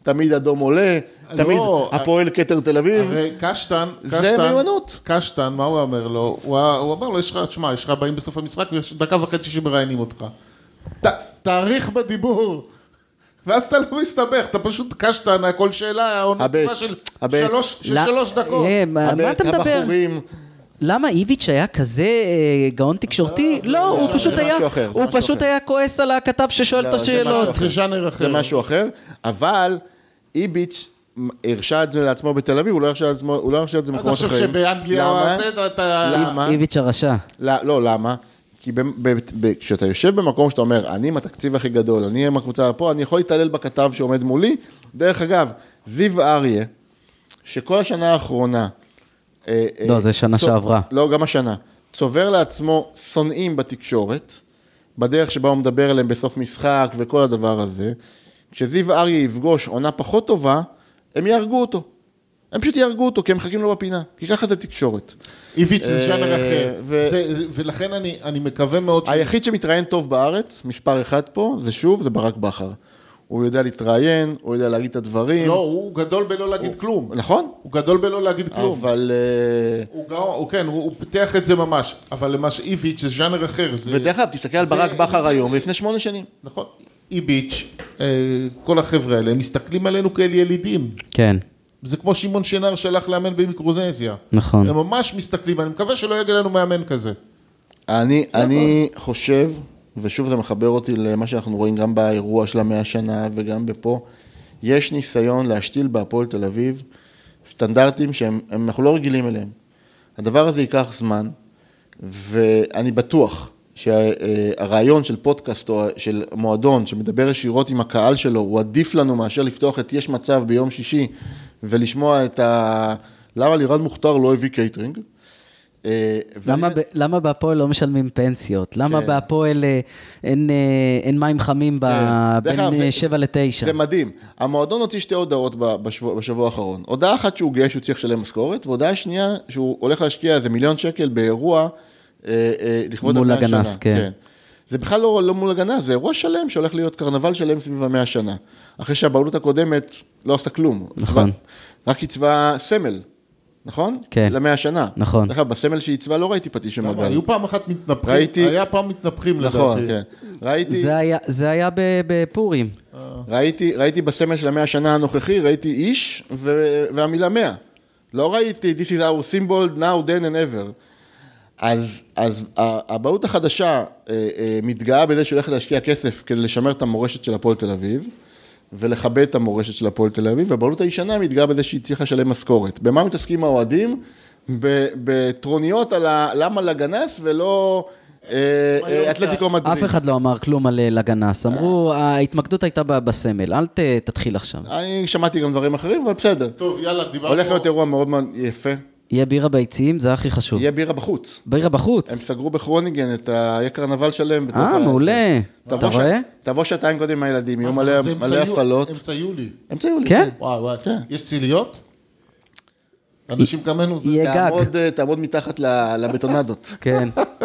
תמיד אדום עולה, תמיד לא, הפועל כתר תל אביב. הרי קשטן, זה קשטן, מיומנות. קשטן, מה הוא אומר לו? הוא, הוא אמר לו, יש לך, תשמע, יש לך באים בסוף המשחק, ויש דקה וחצי שמראיינים אותך. ת, תאריך בדיבור. ואז אתה לא מסתבך, אתה פשוט קשטן, הכל שאלה, העונה של הבט. שלוש, של לא, שלוש דקות. אה, מה מה הבט, אתה מדבר? הבחורים, למה איביץ' היה כזה אה, גאון תקשורתי? לא, הוא זה פשוט משהו היה, אחר, זה הוא משהו פשוט אחר. היה כועס על הכתב ששואל לא, את זה השאלות. משהו זה ז'אנר אחר. זה משהו אחר, אבל איביץ' הרשה את זה לעצמו בתל אביב, הוא לא הרשה את זה, הוא לא הרשה את זה אתה במקומות חושב אחרים. שבאנגליה הוא למה? עושה את אתה... למה? איביץ' הרשע. לא, לא, למה? כי ב- ב- ב- כשאתה יושב במקום שאתה אומר, אני עם התקציב הכי גדול, אני עם הקבוצה פה, אני יכול להתעלל בכתב שעומד מולי. דרך אגב, זיו אריה, שכל השנה האחרונה... אה, לא, אה, זה שנה צו- שעברה. לא, גם השנה. צובר לעצמו שונאים בתקשורת, בדרך שבה הוא מדבר אליהם בסוף משחק וכל הדבר הזה. כשזיו אריה יפגוש עונה פחות טובה, הם יהרגו אותו. הם פשוט יהרגו אותו, כי הם מחכים לו בפינה. כי ככה זה תקשורת. איביץ' זה ז'אנר אה, אחר. ו- זה- ולכן אני אני מקווה מאוד... ש- היחיד שמתראיין טוב בארץ, מספר אחד פה, זה שוב, זה ברק בכר. הוא יודע להתראיין, הוא יודע להגיד את הדברים. לא, הוא גדול בלא להגיד כלום. נכון? הוא גדול בלא להגיד כלום. אבל... אה, הוא גאון, הוא כן, הוא הוא פיתח את זה ממש. אבל למש איביץ' זה ז'אנר אחר. זה- ודרך אגב, תסתכל על זה- ברק בכר היום, לפני שמונה שנים. נכון. איביץ', אה, כל החבר'ה האלה, הם מסתכלים עלינו כאל ילידים. כן, זה כמו שמעון שנר שהלך לאמן במיקרונזיה. נכון. הם ממש מסתכלים, אני מקווה שלא יגיע לנו מאמן כזה. אני, אני חושב, ושוב זה מחבר אותי למה שאנחנו רואים גם באירוע של המאה שנה וגם בפה, יש ניסיון להשתיל בהפועל תל אביב סטנדרטים שאנחנו לא רגילים אליהם. הדבר הזה ייקח זמן, ואני בטוח שהרעיון של פודקאסט או של מועדון שמדבר ישירות עם הקהל שלו, הוא עדיף לנו מאשר לפתוח את יש מצב ביום שישי ולשמוע את ה... למה לירן מוכתר לא הביא קייטרינג? למה ב- למה בהפועל לא משלמים פנסיות? למה כן. בהפועל אה, אין אה, אין מים חמים ב- כן. דרך אגב, בין זה- אה, שבע לתשע? זה מדהים. המועדון הוציא שתי הודעות ב- בשבוע, בשבוע האחרון. הודעה אחת שהוא גאה שהוא צריך לשלם משכורת, והודעה שנייה שהוא הולך להשקיע איזה מיליון שקל באירוע אה, אה, לכבוד מול המאה הגנס, שנה. כן. זה בכלל לא, לא מול הגנס, זה אירוע שלם שהולך להיות קרנבל שלם סביב המאה שנה. אחרי שהבעלות הקודמת לא עשתה כלום. נכון. עיצבה, רק עיצבה סמל, נכון? כן. למאה שנה. נכון. דרך אגב, בסמל שעיצבה לא ראיתי פטיש ומגל. היו פעם אחת מתנפחים, ראיתי- היה פעם מתנפחים לדעתי. נכון, כן. ראיתי... זה היה- זה היה ב- בפורים. ראיתי, ראיתי בסמל של המאה השנה הנוכחי, ראיתי איש ו, והמילה מאה. לא ראיתי, this is our symbol now, then and ever. אז, אז הבעלות החדשה אה, אה, מתגאה בזה שהולכת להשקיע כסף כדי לשמר את המורשת של הפועל תל אביב, ולכבד את המורשת של הפועל תל אביב, והבעלות הישנה מתגאה בזה שהיא צריכה לשלם משכורת. במה מתעסקים האוהדים? ב- בטרוניות על ה, למה לגנס ולא אה, אה, אתלטיקו מדריד. אף אחד לא אמר כלום על אה, לגנס. אמרו, ההתמקדות הייתה ב- בסמל, אל ת- תתחיל עכשיו. אני שמעתי גם דברים אחרים, אבל בסדר. טוב, יאללה, דיברנו. הולך להיות אירוע מאוד מאוד יפה. יהיה בירה ביציעים, זה הכי חשוב. יהיה בירה בחוץ. בירה הם בחוץ. סגרו בכרוניגן את ה... יהיה קרנבל שלם. בתוך אה, ה- מעולה. תבוא אתה ש- רואה? תבוא שעתיים קודם עם הילדים, יהיו אבל מלא זה מלא אמצע יו- הפעלות. אמצע יולי. אמצע יולי. כן? וואי וואי. כן. יש ציליות? אנשים כמנו זה... יהיה גג. תעמוד, אה, תעמוד מתחת ל- לבטונדות. כן. אה,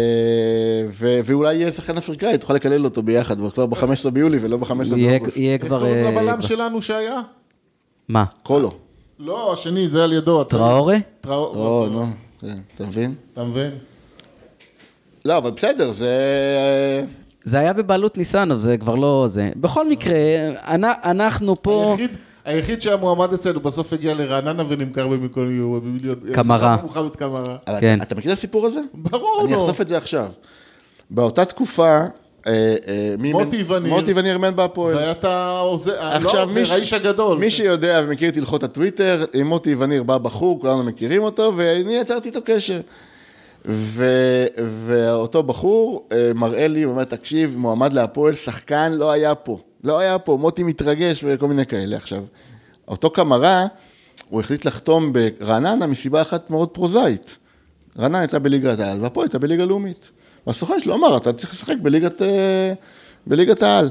ו- ואולי יהיה שחקן אפריקאי, תוכל לקלל אותו ביחד, אבל כבר ב-חמישה עשר ביולי ולא ב-חמישה עשר יהיה- באוגוסט. יהיה איך כבר... קוראים אה, לבלם שלנו שהיה? מה? קולו. לא, השני, זה על ידו. אתה- טראורה? טראו- לא, נו, כן, אתה מבין? אתה מבין? לא, אבל בסדר, זה... זה היה בבעלות ניסנוב, זה כבר לא זה. בכל מקרה, אנ- אנחנו פה... היחיד, היחיד שהמועמד אצלנו בסוף הגיע לרעננה ונמכר במקום יורו. במיליון- קמרה. מוחמד קמרה. אבל כן. אתה מכיר את הסיפור הזה? ברור, אני לא. אחשוף את זה עכשיו. באותה תקופה, אה, אה, מי מוטי אימן- וניר. מוטי וניר אימן בהפועל. והיה את העוזר, עכשיו, לא, מי זה ש- האיש הגדול. מי שיודע ומכיר את הלכות הטוויטר, עם מוטי וניר בא בחור, כולנו מכירים אותו, ואני יצרתי איתו קשר. ו- ואותו בחור אה, מראה לי, הוא אומר, תקשיב, מועמד להפועל, שחקן לא היה פה. לא היה פה, מוטי מתרגש וכל מיני כאלה. עכשיו, אותו קמרה, הוא החליט לחתום ברעננה מסיבה אחת מאוד פרוזאית. רעננה הייתה בליגת העל, והפועל הייתה בליגה לאומית. והסוכן שלו אמר, אתה צריך לשחק בליגת, אה, בליגת העל.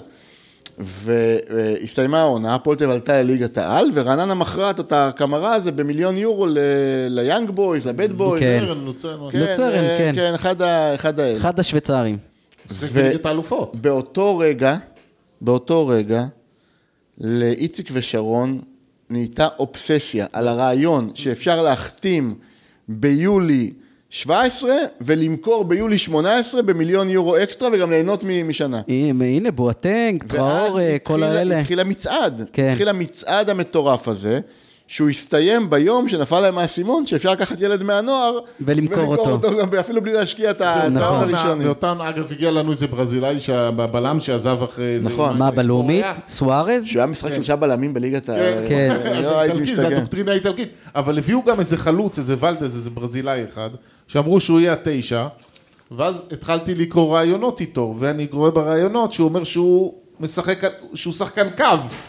והסתיימה העונה, הפועל תל אביב עלתה לליגת העל, ורעננה מכרה את אותה הקמרה הזה במיליון יורו ל- ליאנג בויז, לבד בויז. כן. לוצרן, לוצרן. לוצרן, אה, כן. כן, אחד ה- אחד האלה. אחד השוויצרים. משחק ו- בליגת האלופות. באותו רגע, באותו רגע, לאיציק ושרון נהייתה אובססיה על הרעיון שאפשר להחתים ביולי שבע עשרה ולמכור ביולי שמונה עשרה במיליון יורו אקסטרה וגם ליהנות משנה. הנה, בואטנג, טראור, כל האלה. התחיל המצעד, כן. התחיל המצעד המטורף הזה, שהוא הסתיים ביום שנפל להם האסימון, שאפשר לקחת ילד מהנוער, ולמכור אותו. אותו גם אפילו בלי להשקיע את הטעם הראשוני. ואותם, אגב, הגיע לנו איזה ברזילאי, בבלם שעזב אחרי איזה... נכון. מה, בלאומית? סוארז? שהיה משחק שלושה בלמים בליגת ה... כן. זה איטלקי, זה הדוקטרינה האיטלקית. אבל הביאו גם איזה חלוץ, איזה ולדז, איזה ברזילאי אחד, שאמרו שהוא יהיה התשע, ואז התחלתי לקרוא רעיונות איתו, ואני קורא ברעיונות שהוא אומר שהוא משחק, שהוא שחקן קו.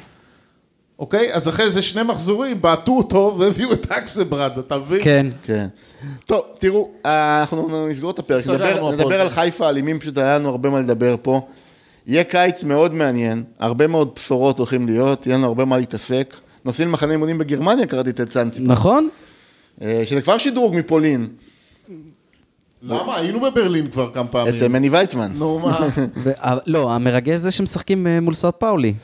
אוקיי? אז אחרי זה שני מחזורים, בעטו אותו והביאו את אקסברד, אתה מבין? כן. כן. טוב, תראו, אנחנו נסגור את הפרק, נדבר, נדבר על חיפה אלימים, פשוט היה לנו הרבה מה לדבר פה. יהיה קיץ מאוד מעניין, הרבה מאוד בשורות הולכים להיות, יהיה לנו הרבה מה להתעסק. נוסעים למחנה אימונים בגרמניה, קראתי את צאנציפר. נכון. שזה כבר שדרוג מפולין. למה? היינו בברלין כבר כמה פעמים. אצל מני ויצמן. נו, מה? לא, המרגש זה שמשחקים מול סאוט פאולי.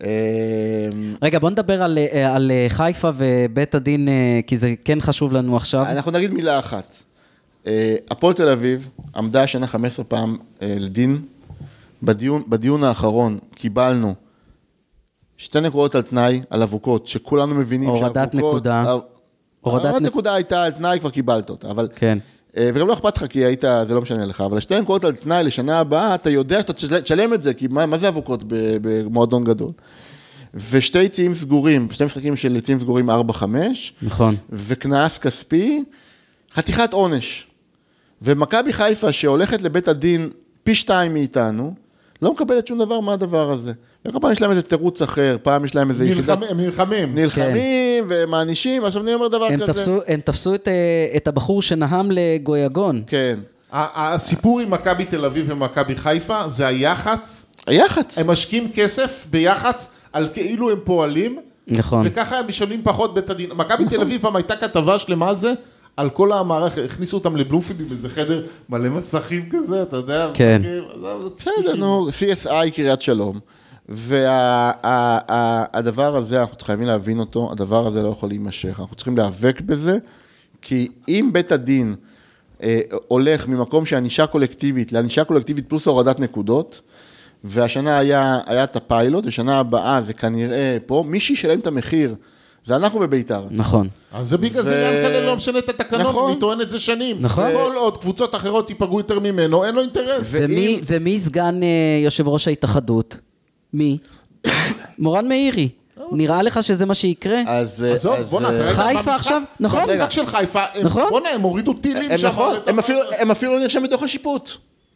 רגע, בוא נדבר על, על חיפה ובית הדין, כי זה כן חשוב לנו עכשיו. אנחנו נגיד מילה אחת. הפועל תל אביב עמדה השנה חמש עשרה פעם לדין. בדיון, בדיון האחרון קיבלנו שתי נקודות על תנאי, על אבוקות, שכולנו מבינים הורדת שהאבוקות... נקודה. הורדת נקודה הייתה על תנאי, כבר קיבלת אותה, אבל... כן. וגם לא אכפת לך, כי היית, זה לא משנה לך, אבל שתי נקודות על תנאי לשנה הבאה, אתה יודע שאתה תשלם את זה, כי מה, מה זה אבוקות במועדון גדול? ושתי יציאים סגורים, שתי משחקים של יציאים סגורים ארבע חמש, נכון. וכנס כספי, חתיכת עונש. ומכבי חיפה שהולכת לבית הדין פי שתיים מאיתנו, לא מקבלת שום דבר מהדבר הזה. וכל פעם יש להם איזה תירוץ אחר, פעם יש להם איזה יחידת... נלחמים. נלחמים ומענישים, עכשיו אני אומר דבר הם כזה. תפסו, הם תפסו את, את הבחור שנהם לגויגון. כן. הסיפור עם מכבי תל אביב ומכבי חיפה זה היח"צ. היח"צ. הם משקיעים כסף ביח"צ על כאילו הם פועלים. נכון. וככה הם משלמים פחות בית הדין. מכבי תל אביב פעם הייתה כתבה שלמה על זה, על כל המערכת, הכניסו אותם לבלומפילד, איזה חדר מלא מסכים כזה, אתה יודע? כן. בסדר, נו, סי אס איי קריית שלום. והדבר הזה, אנחנו חייבים להבין אותו, הדבר הזה לא יכול להימשך. אנחנו צריכים להיאבק בזה, כי אם בית הדין הולך ממקום שענישה קולקטיבית, לענישה קולקטיבית פלוס הורדת נקודות, והשנה היה, היה את הפיילוט, ושנה הבאה זה כנראה פה, מי שישלם את המחיר, זה אנחנו בביתר. נכון. אז זה בגלל זה ינקלה לא משנה את התקנון, נכון. אני טוען את זה שנים. נכון. כל עוד קבוצות אחרות ייפגעו יותר ממנו, אין לו אינטרס. ומי, ומי סגן יושב ראש ההתאחדות? מי? מורן מאירי. נראה לך שזה מה שיקרה? אז... עזוב, בוא נתראה. חיפה עכשיו, נכון? במשחק של חיפה, נכון? בוא נראה, הם הורידו טילים שם. נכון, הם אפילו לא נרשם בתוך השיפוט.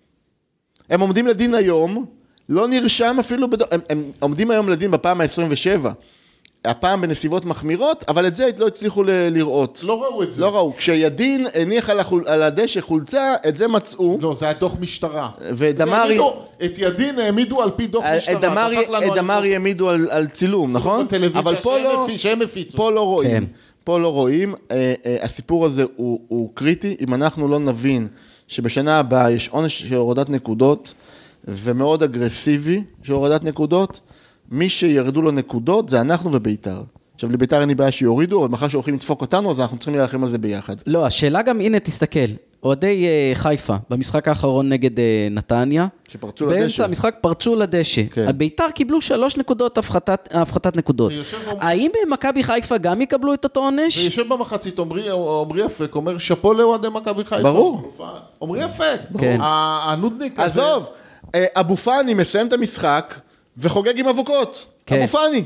הם עומדים לדין היום, לא נרשם אפילו, הם עומדים היום לדין בפעם ה-עשרים ושבע. הפעם בנסיבות מחמירות, אבל את זה לא הצליחו לראות. לא ראו את זה. לא ראו. כשידין הניח על הדשא חולצה, את זה מצאו. לא, זה היה דוח משטרה. ודמרי... את ידין העמידו על פי דוח משטרה. את דמרי העמידו על צילום, נכון? אבל שהם הפיצו. פה לא רואים. פה לא רואים. הסיפור הזה הוא קריטי. אם אנחנו לא נבין שבשנה הבאה יש עונש של הורדת נקודות, ומאוד אגרסיבי של הורדת נקודות, מי שירדו לו נקודות זה אנחנו וביתר. עכשיו לביתר אין לי בעיה שיורידו, אבל מחר שהולכים לדפוק אותנו, אז אנחנו צריכים להילחם על זה ביחד. לא, השאלה גם, הנה תסתכל, אוהדי חיפה, במשחק האחרון נגד נתניה, שפרצו לדשא. באמצע המשחק פרצו לדשא. כן. ביתר קיבלו שלוש נקודות הפחתת, הפחתת נקודות. האם במכבי חיפה גם יקבלו את אותו עונש? ויושב במחצית, עומרי אפק, אומר שפו לאוהדי מכבי חיפה. ברור. עומרי אפק. כן. הנודניק הזה. עזוב, אבו פאני מסיים את המשחק, וחוגג עם אבוקות. כן. אבו פאני.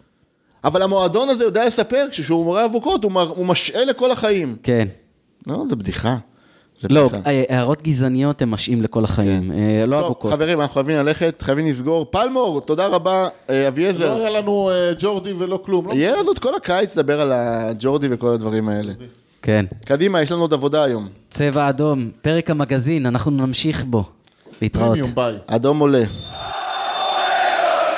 אבל המועדון הזה יודע לספר, כשהוא מורה אבוקות, הוא, הוא משעה לכל החיים. כן. לא, זה בדיחה. זה לא, בדיחה. הערות גזעניות הם משאים לכל החיים, כן. לא טוב, אבוקות. חברים, אנחנו חייבים ללכת, חייבים לסגור. פלמור, תודה רבה, אביעזר. לא היה לנו ג'ורדי ולא כלום. לא יהיה לנו את כל הקיץ לדבר על הג'ורדי וכל הדברים האלה. כן. קדימה, יש לנו עוד עבודה היום. צבע אדום, פרק המגזין, אנחנו נמשיך בו. להתראות. פרימיום, ביי. אדום עולה.